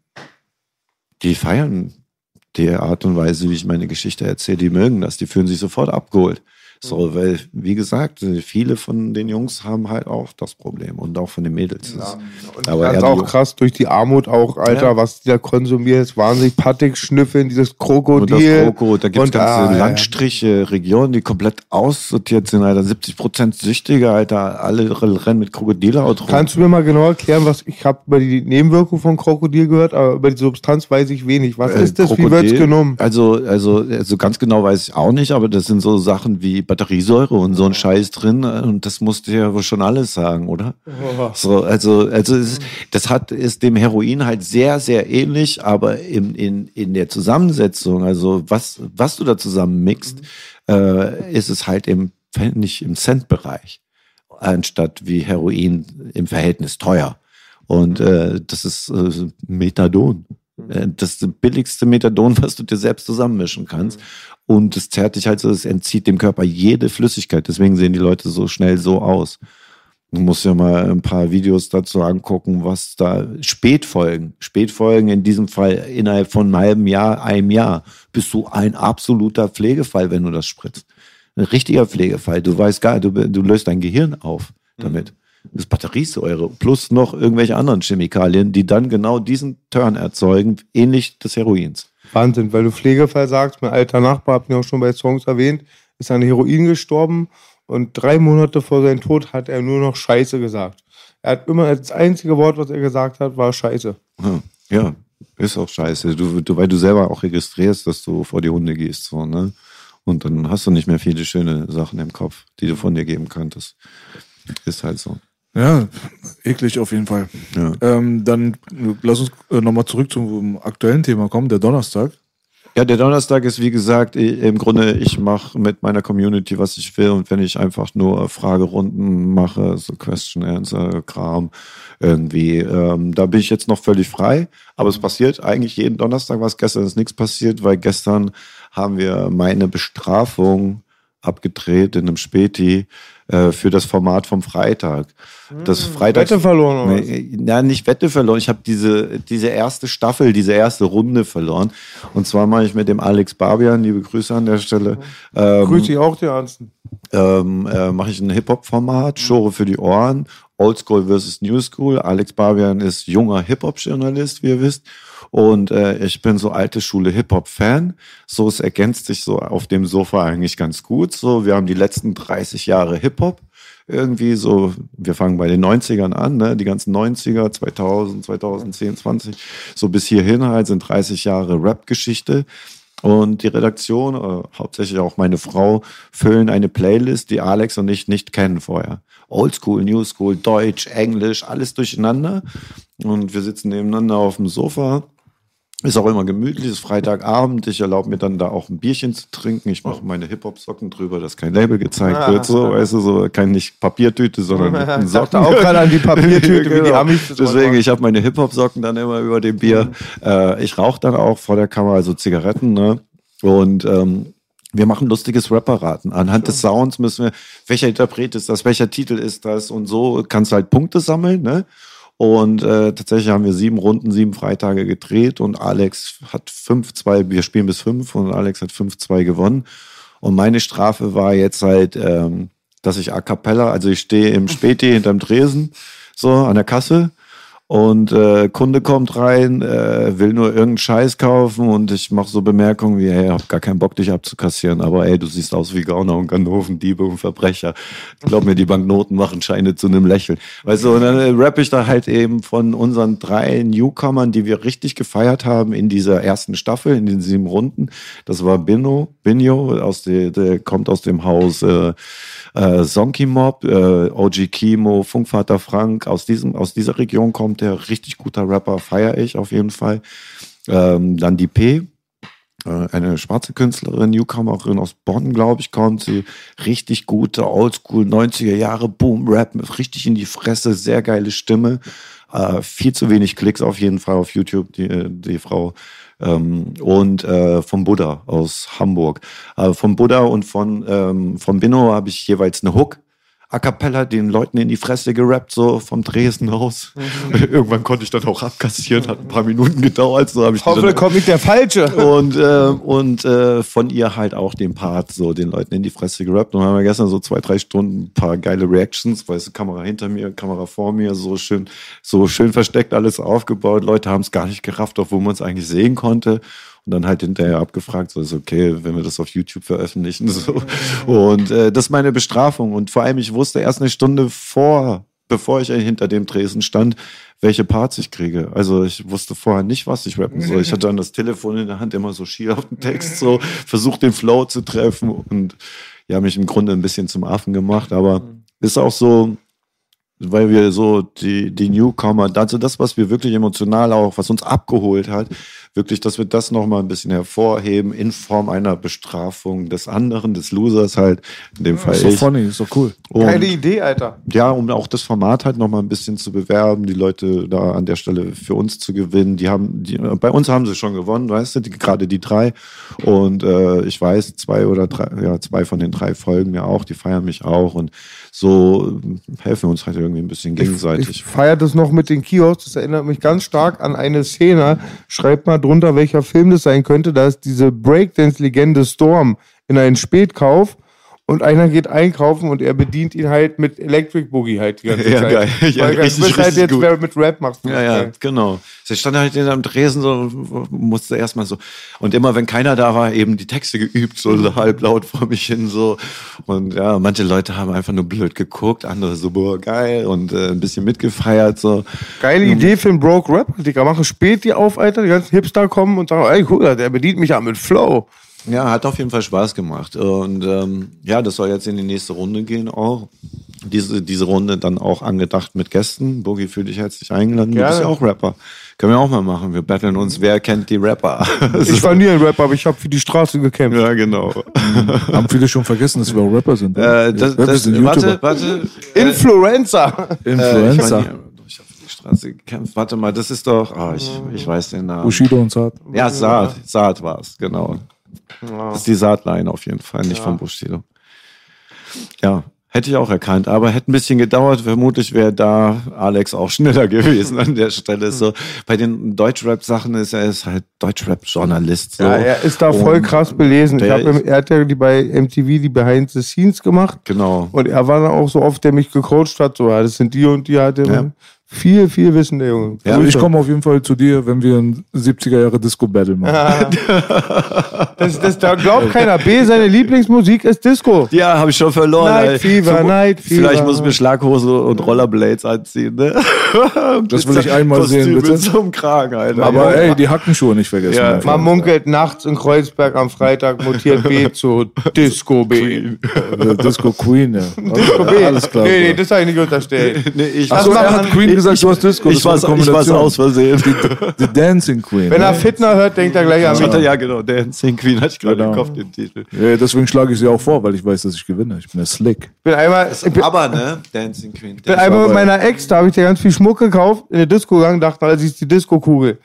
die feiern die Art und Weise, wie ich meine Geschichte erzähle, die mögen das, die fühlen sich sofort abgeholt. So, weil, wie gesagt, viele von den Jungs haben halt auch das Problem und auch von den Mädels. Ja. Und aber ganz auch krass durch die Armut auch, Alter, ja. was die da konsumieren, ist wahnsinnig Patek schnüffeln, dieses Krokodil. Und das Kroko, da gibt es ganze ah, Landstriche, ja. Regionen, die komplett aussortiert sind, Alter, siebzig Prozent Süchtige, Alter, alle rennen mit Krokodilhaut rum. Kannst du mir mal genau erklären, was, ich habe über die Nebenwirkung von Krokodil gehört, aber über die Substanz weiß ich wenig. Was äh, ist das, Krokodil, wie wird es genommen? Also, also, also ganz genau weiß ich auch nicht, aber das sind so Sachen wie Batteriesäure und so ein Scheiß drin und das musste ja wohl schon alles sagen, oder? Oh. So, also, also es, das hat, ist dem Heroin halt sehr, sehr ähnlich, aber in, in, in der Zusammensetzung, also was, was du da zusammen mixt, mhm. äh, ist es halt im, nicht im Cent-Bereich, anstatt wie Heroin im Verhältnis teuer. Und äh, das ist äh, Methadon. Das ist das billigste Methadon, was du dir selbst zusammenmischen kannst. Und es zerrt dich halt so, es entzieht dem Körper jede Flüssigkeit. Deswegen sehen die Leute so schnell so aus. Du musst ja mal ein paar Videos dazu angucken, was da Spätfolgen, Spätfolgen in diesem Fall innerhalb von einem halben Jahr, einem Jahr, bist du ein absoluter Pflegefall, wenn du das spritzt. Ein richtiger Pflegefall. Du weißt gar, du, du löst dein Gehirn auf damit. Mhm. Das ist Batteriesäure plus noch irgendwelche anderen Chemikalien, die dann genau diesen Turn erzeugen, ähnlich des Heroins. Wahnsinn, weil du Pflegefall sagst, mein alter Nachbar, hab ich auch schon bei Songs erwähnt, ist an Heroin gestorben und drei Monate vor seinem Tod hat er nur noch Scheiße gesagt. Er hat immer, das einzige Wort, was er gesagt hat, war Scheiße. Ja, ist auch Scheiße, du, du, weil du selber auch registrierst, dass du vor die Hunde gehst, so, ne? Und dann hast du nicht mehr viele schöne Sachen im Kopf, die du von dir geben könntest. Ist halt so. Ja, eklig auf jeden Fall. Ja. Ähm, dann lass uns äh, nochmal zurück zum aktuellen Thema kommen, der Donnerstag. Ja, der Donnerstag ist, wie gesagt, im Grunde, ich mache mit meiner Community, was ich will. Und wenn ich einfach nur Fragerunden mache, so Question-Answer-Kram irgendwie, ähm, da bin ich jetzt noch völlig frei. Aber es passiert eigentlich jeden Donnerstag was. Gestern ist nichts passiert, weil gestern haben wir meine Bestrafung abgedreht in einem Späti äh, für das Format vom Freitag. Das Freitag Wette verloren, oder? Nee, na, nicht Wette verloren. Ich habe diese, diese erste Staffel, diese erste Runde verloren. Und zwar mache ich mit dem Alex Barbian, liebe Grüße an der Stelle. Ähm, Grüße ich auch, die Ernsten. Ähm, äh, mache ich ein Hip-Hop-Format, Schore für die Ohren, Oldschool versus New School. Alex Barbian ist junger Hip-Hop-Journalist, wie ihr wisst. Und äh, ich bin so alte Schule Hip-Hop-Fan. So, es ergänzt sich so auf dem Sofa eigentlich ganz gut. So, wir haben die letzten dreißig Jahre Hip-Hop. Irgendwie so, wir fangen bei den neunzigern an, ne? Die ganzen neunziger, zweitausend, zweitausendzehn, zwanzig, so bis hierhin halt sind dreißig Jahre Rap-Geschichte. Und die Redaktion, äh, hauptsächlich auch meine Frau, füllen eine Playlist, die Alex und ich nicht kennen vorher. Oldschool, New School, Deutsch, Englisch, alles durcheinander. Und wir sitzen nebeneinander auf dem Sofa. Ist auch immer gemütlich, ist Freitagabend. Ich erlaube mir dann da auch ein Bierchen zu trinken. Ich mache meine Hip-Hop-Socken drüber, dass kein Label gezeigt ah, wird. So, weißt du, so kein nicht Papiertüte, sondern mit einem Socken. Ich dachte auch gerade an die Papiertüte, genau. Wie die Amis. Deswegen, ich habe meine Hip-Hop-Socken dann immer über dem Bier. Mhm. Äh, ich rauche dann auch vor der Kamera, also Zigaretten. Ne? Und ähm, wir machen lustiges Rapperraten. Anhand des Sounds müssen wir, welcher Interpret ist das, welcher Titel ist das? Und so kannst du halt Punkte sammeln, ne? Und äh, tatsächlich haben wir sieben Runden, sieben Freitage gedreht und Alex hat fünf zwei, wir spielen bis fünf und Alex hat fünf zwei gewonnen. Und meine Strafe war jetzt halt, ähm, dass ich a cappella, also ich stehe im Späti hinterm Tresen, so an der Kasse. Und äh, Kunde kommt rein, äh, will nur irgendeinen Scheiß kaufen und ich mache so Bemerkungen wie, hey, ich hab gar keinen Bock, dich abzukassieren, aber ey, du siehst aus wie Gauner und Ganoven, Diebe und Verbrecher. Glaub mir, die Banknoten machen Scheine zu einem Lächeln. Weißt du, und dann äh, rappe ich da halt eben von unseren drei Newcomern, die wir richtig gefeiert haben in dieser ersten Staffel, in den sieben Runden. Das war Bino, Binho, aus der, der kommt aus dem Haus äh, äh, Zonky Mob, äh, O G Kimo, Funkvater Frank, aus diesem, aus dieser Region kommt der, richtig guter Rapper, feiere ich auf jeden Fall. Ähm, dann die P, äh, eine schwarze Künstlerin, Newcomerin aus Bonn, glaube ich, kommt sie. Richtig gute, oldschool, neunziger Jahre Boom-Rap, richtig in die Fresse, sehr geile Stimme. Äh, viel zu wenig Klicks auf jeden Fall auf YouTube, die, die Frau. Ähm, und äh, vom Buddha aus Hamburg. Äh, vom Buddha und von, ähm, von Binno habe ich jeweils eine Hook. A cappella den Leuten in die Fresse gerappt, so vom Dresden aus. Mhm. Irgendwann konnte ich dann auch abkassieren, hat ein paar Minuten gedauert. So habe ich Hoffentlich kommt nicht der Falsche. Und, äh, und äh, von ihr halt auch den Part, so den Leuten in die Fresse gerappt. Und dann haben wir gestern so zwei, drei Stunden ein paar geile Reactions, weißt du, Kamera hinter mir, Kamera vor mir, so schön, so schön versteckt alles aufgebaut. Leute haben es gar nicht gerafft, obwohl man es eigentlich sehen konnte. Und dann halt hinterher abgefragt, so ist okay, wenn wir das auf YouTube veröffentlichen. So. Und äh, das ist meine Bestrafung. Und vor allem, ich wusste erst eine Stunde vor, bevor ich hinter dem Tresen stand, welche Parts ich kriege. Also ich wusste vorher nicht, was ich rappen soll. Ich hatte dann das Telefon in der Hand, immer so schier auf den Text, so versucht den Flow zu treffen und ja, mich im Grunde ein bisschen zum Affen gemacht. Aber ist auch so, weil wir so die, die Newcomer, also das, was wir wirklich emotional auch, was uns abgeholt hat, wirklich, dass wir das nochmal ein bisschen hervorheben in Form einer Bestrafung des anderen, des Losers halt, in dem Fall ist doch ich. funny, ist doch cool. Und, Geile Idee, Alter. ja, um auch das Format halt nochmal ein bisschen zu bewerben, die Leute da an der Stelle für uns zu gewinnen. Die haben, die, bei uns haben sie schon gewonnen, weißt du, die, gerade die drei. Und äh, ich weiß, zwei oder drei, ja, zwei von den drei folgen mir auch, die feiern mich auch und so helfen wir uns halt irgendwie ein bisschen gegenseitig. Ich, ich feiere das noch mit den Kiosks, das erinnert mich ganz stark an eine Szene. Schreibt mal drunter, welcher Film das sein könnte. Da ist diese Breakdance-Legende Storm in einen Spätkauf und einer geht einkaufen und er bedient ihn halt mit Electric Boogie halt die ganze Ja, Zeit. geil. Ja, Weil richtig, du bist halt richtig jetzt, gut. wer mit Rap machst. Ja, ja, genau. Ich stand halt in einem Tresen so, musste erstmal so. Und immer, wenn keiner da war, eben die Texte geübt, so halblaut vor mich hin, so. Und ja, manche Leute haben einfach nur blöd geguckt, andere so, boah, geil, und äh, ein bisschen mitgefeiert, so. Geile Idee für einen Broke Rap. Digga, machen spät die auf, Alter. Die ganzen Hipster kommen und sagen, ey, cool, der bedient mich ja mit Flow. Ja, hat auf jeden Fall Spaß gemacht. Und ähm, ja, das soll jetzt in die nächste Runde gehen auch. Diese, diese Runde dann auch angedacht mit Gästen. Boogie, fühl dich herzlich eingeladen. Du bist ja auch Rapper. Können wir auch mal machen. Wir battlen uns, wer kennt die Rapper. Ich war nie ein Rapper, aber ich habe für die Straße gekämpft. Ja, genau. Haben viele schon vergessen, dass wir auch Rapper sind. Ne? Äh, das, Rapper das, sind warte, YouTuber. warte. Influencer. Influencer. Äh, ich habe für die Straße gekämpft. Warte mal, das ist doch, oh, ich, ich weiß den Namen. Bushido und Saad. Ja, Saad. Saad war es, genau. Das ist die Saatline auf jeden Fall, nicht ja. Vom Bushido. Ja, hätte ich auch erkannt, aber hätte ein bisschen gedauert. Vermutlich wäre da Alex auch schneller gewesen an der Stelle. So, bei den Deutschrap-Sachen ist er ist halt Deutschrap-Journalist. So. Ja, er ist da voll und krass belesen. Ich hab, er hat ja die bei M T V die Behind the Scenes gemacht. Genau. Und er war dann auch so oft, der mich gecoacht hat. So, ja, das sind die und die. Hat er ja. Viel, viel Wissen, der Junge. Ja, ich komme auf jeden Fall zu dir, wenn wir ein siebziger-Jahre-Disco-Battle machen. Ja. das, das, da glaubt keiner. B, seine Lieblingsmusik ist Disco. Ja, habe ich schon verloren. Night Fever, so, Night Fever. Vielleicht muss ich mir Schlaghose und Rollerblades anziehen. Ne? Das will ich einmal Kostüm sehen, bitte. Mit so einem Kragen, Alter. Aber ey, die Hackenschuhe nicht vergessen. Ja. Man munkelt nachts in Kreuzberg am Freitag mutiert B zu Disco B. Disco Queen, ja. Disco B. Alles klar. Nee, nee, das habe ich nicht unterstellt. Nee, ich Achso, er hat Queen gesagt, du hast Disco. Ich war es aus Versehen. Die Dancing Queen. Wenn er Fitner hört, denkt er gleich an mich. Ja, genau, Dancing Queen hatte ich gerade Genau. im Kopf, den Titel. Ja, deswegen schlage ich sie auch vor, weil ich weiß, dass ich gewinne. Ich bin der Slick. Ich bin einmal, ich bin, Aber, ne? Dancing Queen. bin einmal mit meiner Ex, da habe ich dir ganz viel Schmuck gekauft, in eine Disco gegangen, dachte, also sie ist die Disco-Kugel.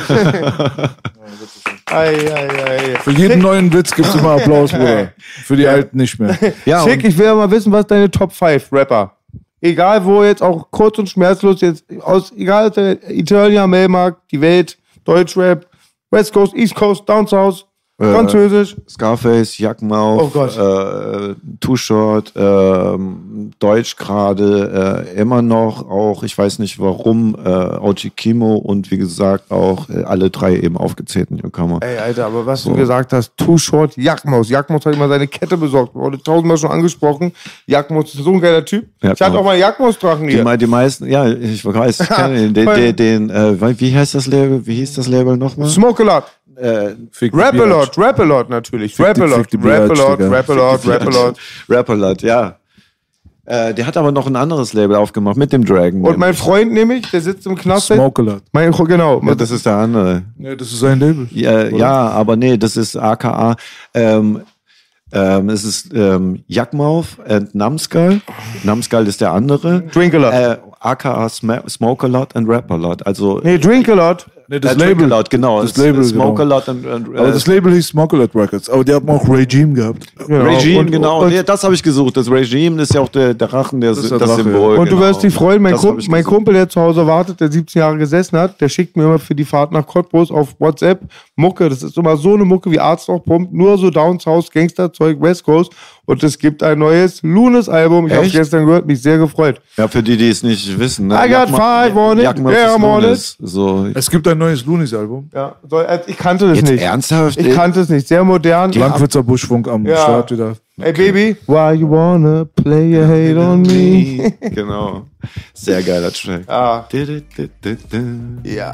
Ei, ei, ei. Für jeden neuen Witz gibt es immer Applaus, Bruder. Für die Alten nicht mehr. Ja, Schick, ich will ja mal wissen, was deine Top fünf Rapper. Egal wo jetzt, auch kurz und schmerzlos jetzt, aus, egal ob der Eternia, Melmark, die Welt, Deutschrap, West Coast, East Coast, Down South, Äh, Französisch. Scarface, Jagdmauth, Oh Gott. äh, Too Short, ähm, Deutsch gerade, äh, immer noch auch, ich weiß nicht warum, äh, Oji Kimo und wie gesagt auch äh, alle drei eben aufgezählten Newcomer. Ey, Alter, aber was So. du gesagt hast, Too Short, Jagdmaus. Jagdmaus hat immer seine Kette besorgt. Wurde tausendmal schon angesprochen. Jagdmaus ist so ein geiler Typ. Ich hatte Jagdmaus. auch mal Jagdmaus-Drachen Die, hier. mei- die meisten, ja, ich weiß, ich kenne den, den, den, den äh, wie heißt das Label, wie hieß das Label nochmal? Smoke a lot. Äh, Fick die Rap a Biatch. lot, Rap a lot natürlich. Fick Rap die- a lot, fick die Rap a Biatch, lot, Digga. Rap a lot, Rap a lot. Rapperlot, ja. Äh, der hat aber noch ein anderes Label aufgemacht mit dem Dragon. Und mein Freund nämlich, der sitzt im Knast. Smoke a lot. Mein, genau. ja, das ist der andere. Nee, das ist sein Label. Ja, ja, aber nee, das ist A K A. Ähm, ähm, es ist ähm, Jagdmauth and Numskull. Numskull ist der andere. Drink a lot. Äh, A K A Sm- Smoke a Lot and Rap a Lot. Also Nee, Drink a lot. Nee, das äh, Drink Label. a Lot, genau. Das Es- Label, Smoke genau. a Lot and, and äh, Aber das Label hieß Smoke a lot Records. Aber die haben auch Regime gehabt. Genau. Regime, Und- genau. und- nee, das habe ich gesucht. Das Regime ist ja auch der, der Rachen, der, Das ist das, der Drache, Symbol. Und du genau. wirst dich freuen, mein, Das Kum hab ich mein gesucht. Kumpel, der zu Hause wartet, der siebzehn Jahre gesessen hat, der schickt mir immer für die Fahrt nach Cottbus auf WhatsApp Mucke. Das ist immer so eine Mucke wie Arzt noch pumpt, nur so Downs House, Gangsterzeug, West Coast. Und es gibt ein neues Lunes-Album. Ich habe Echt? gestern gehört, mich sehr gefreut. Ja, für die, die es nicht wissen. Ne? I got Jagdma- five on it, Jagdmauth yeah, ist I'm on Lunes. So. Es gibt ein neues Lunis-Album. Ja, soll- äh, ich kannte das Jetzt nicht. ernsthaft? Ich kannte es nicht. Sehr modern. Langwitzer Buschfunk am Ja. Start wieder. Ey, Baby, why you wanna play a hate on me? Genau. Sehr geiler Track. Ah. Ja.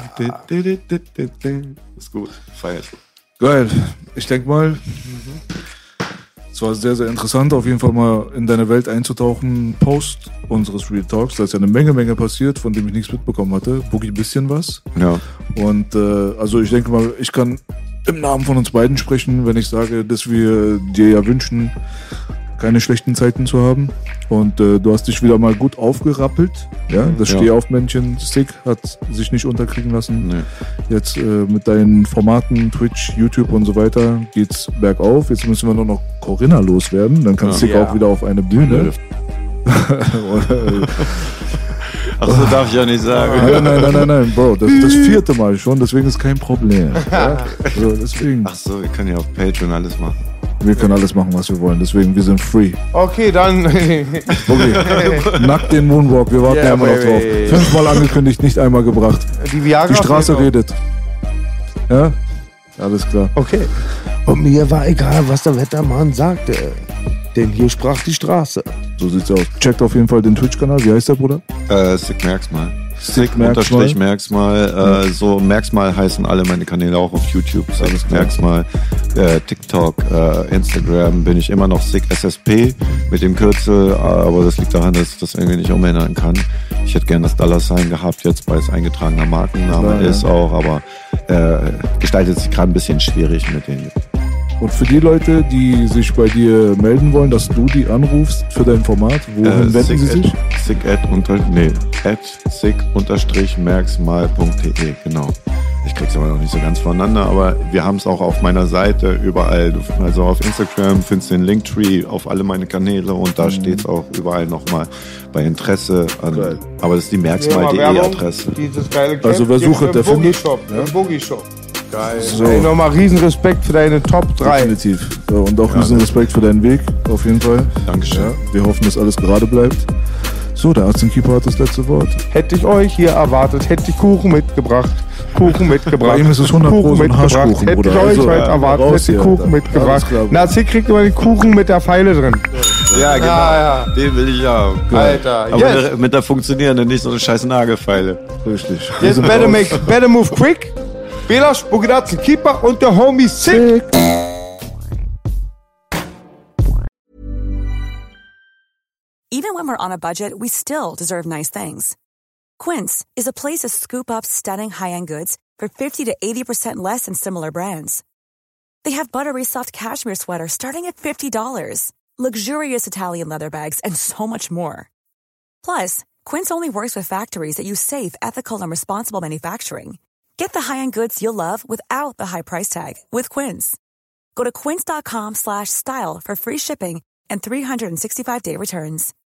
Ist gut. Feier ich. Geil. Ich denke mal, es war sehr, sehr interessant, auf jeden Fall mal in deine Welt einzutauchen, post unseres Real Talks. Da ist ja eine Menge, Menge passiert, von dem ich nichts mitbekommen hatte. Boogie ein bisschen was. Ja. Und äh, also ich denke mal, ich kann im Namen von uns beiden sprechen, wenn ich sage, dass wir dir ja wünschen, keine schlechten Zeiten zu haben. Und äh, du hast dich wieder mal gut aufgerappelt. Ja, das Ja. Stehaufmännchen Stick hat sich nicht unterkriegen lassen. Nee. Jetzt äh, mit deinen Formaten, Twitch, YouTube und so weiter, geht's bergauf. Jetzt müssen wir nur noch Corinna loswerden. Dann kann Ja. Stick Ja. auch wieder auf eine Bühne. Ach so, darf ich ja nicht sagen. Nein, nein, nein, nein, nein, Bro, das ist das vierte Mal schon, deswegen ist kein Problem. Ja? Also deswegen, Ach so, wir können ja auf Patreon alles machen. wir können alles machen, was wir wollen, deswegen, wir sind free. Okay, dann. Okay. Nackt den Moonwalk, wir warten Yeah, ja immer noch drauf. baby. Fünfmal angekündigt, nicht einmal gebracht. Die Viagra. Die Straße fehlt noch. redet. Ja? Alles klar. Okay. Und mir war egal, was der Wettermann sagte. Denn hier sprach die Straße. So sieht's aus. Checkt auf jeden Fall den Twitch-Kanal. Wie heißt der, Bruder? Äh, Sick merk's mal. Sick merk's unterstrich mal. merk's mal. Äh, so merk's mal heißen alle meine Kanäle auch auf YouTube. Sick klar. merk's mal. Äh, TikTok, äh, Instagram bin ich immer noch Sick S S P mit dem Kürzel, aber das liegt daran, dass ich das irgendwie nicht umändern kann. Ich hätte gern das Dollar Sign gehabt jetzt, weil es eingetragener Markenname Klar, ja. ist auch, aber äh, gestaltet sich gerade ein bisschen schwierig mit den. Und für die Leute, die sich bei dir melden wollen, dass du die anrufst für dein Format, wohin Äh, wenden sick sie sich? at, sick at unter, nee, at sick unterstrich merksmal punkt de, genau. Ich krieg's aber noch nicht so ganz voneinander, aber wir haben es auch auf meiner Seite überall. Du, also auf Instagram findest du den Linktree auf alle meine Kanäle und da steht's auch überall nochmal bei Interesse an. Geil. Aber das ist die Hier merksmal mal punkt de Werbung. Adresse. Dieses geile Camp Also wer gibt's sucht, im der Boogie findet. Shop. Ja. Im Boogie Shop. Geil. So. Ey, nochmal riesen Respekt für deine Top drei. Definitiv. So, und auch riesen Respekt für deinen Weg, auf jeden Fall. Dankeschön. Ja, wir hoffen, dass alles gerade bleibt. So, der Arzt und Keeper hat das letzte Wort. Hätte ich euch hier erwartet, hätte ich Kuchen mitgebracht. Kuchen mitgebracht. Bei ihm ist es hundert Pro so ein Haschkuchen, Hätte ich Bruder. euch Also, heute ja, erwartet, raus hätte ich hier, Kuchen Alter. mitgebracht. Alles klar, Bruder. Na, sie kriegt immer den Kuchen mit der Pfeile drin. Ja, genau. Ja, ja. Den will ich haben. Alter, Aber yes. mit, der, mit der funktionierenden, nicht so eine scheiß Nagelfeile. Richtig. Wir Jetzt sind better, raus. make, better move quick. Belash, Bogdatsen, Keeper und der Homie Sick. Even when we're on a budget, we still deserve nice things. Quince is a place to scoop up stunning high-end goods for fifty to eighty percent less than similar brands. They have buttery soft cashmere sweaters starting at fifty dollars, luxurious Italian leather bags, and so much more. Plus, Quince only works with factories that use safe, ethical, and responsible manufacturing. Get the high-end goods you'll love without the high price tag with Quince. Go to quince.com slash style for free shipping and three sixty-five day returns.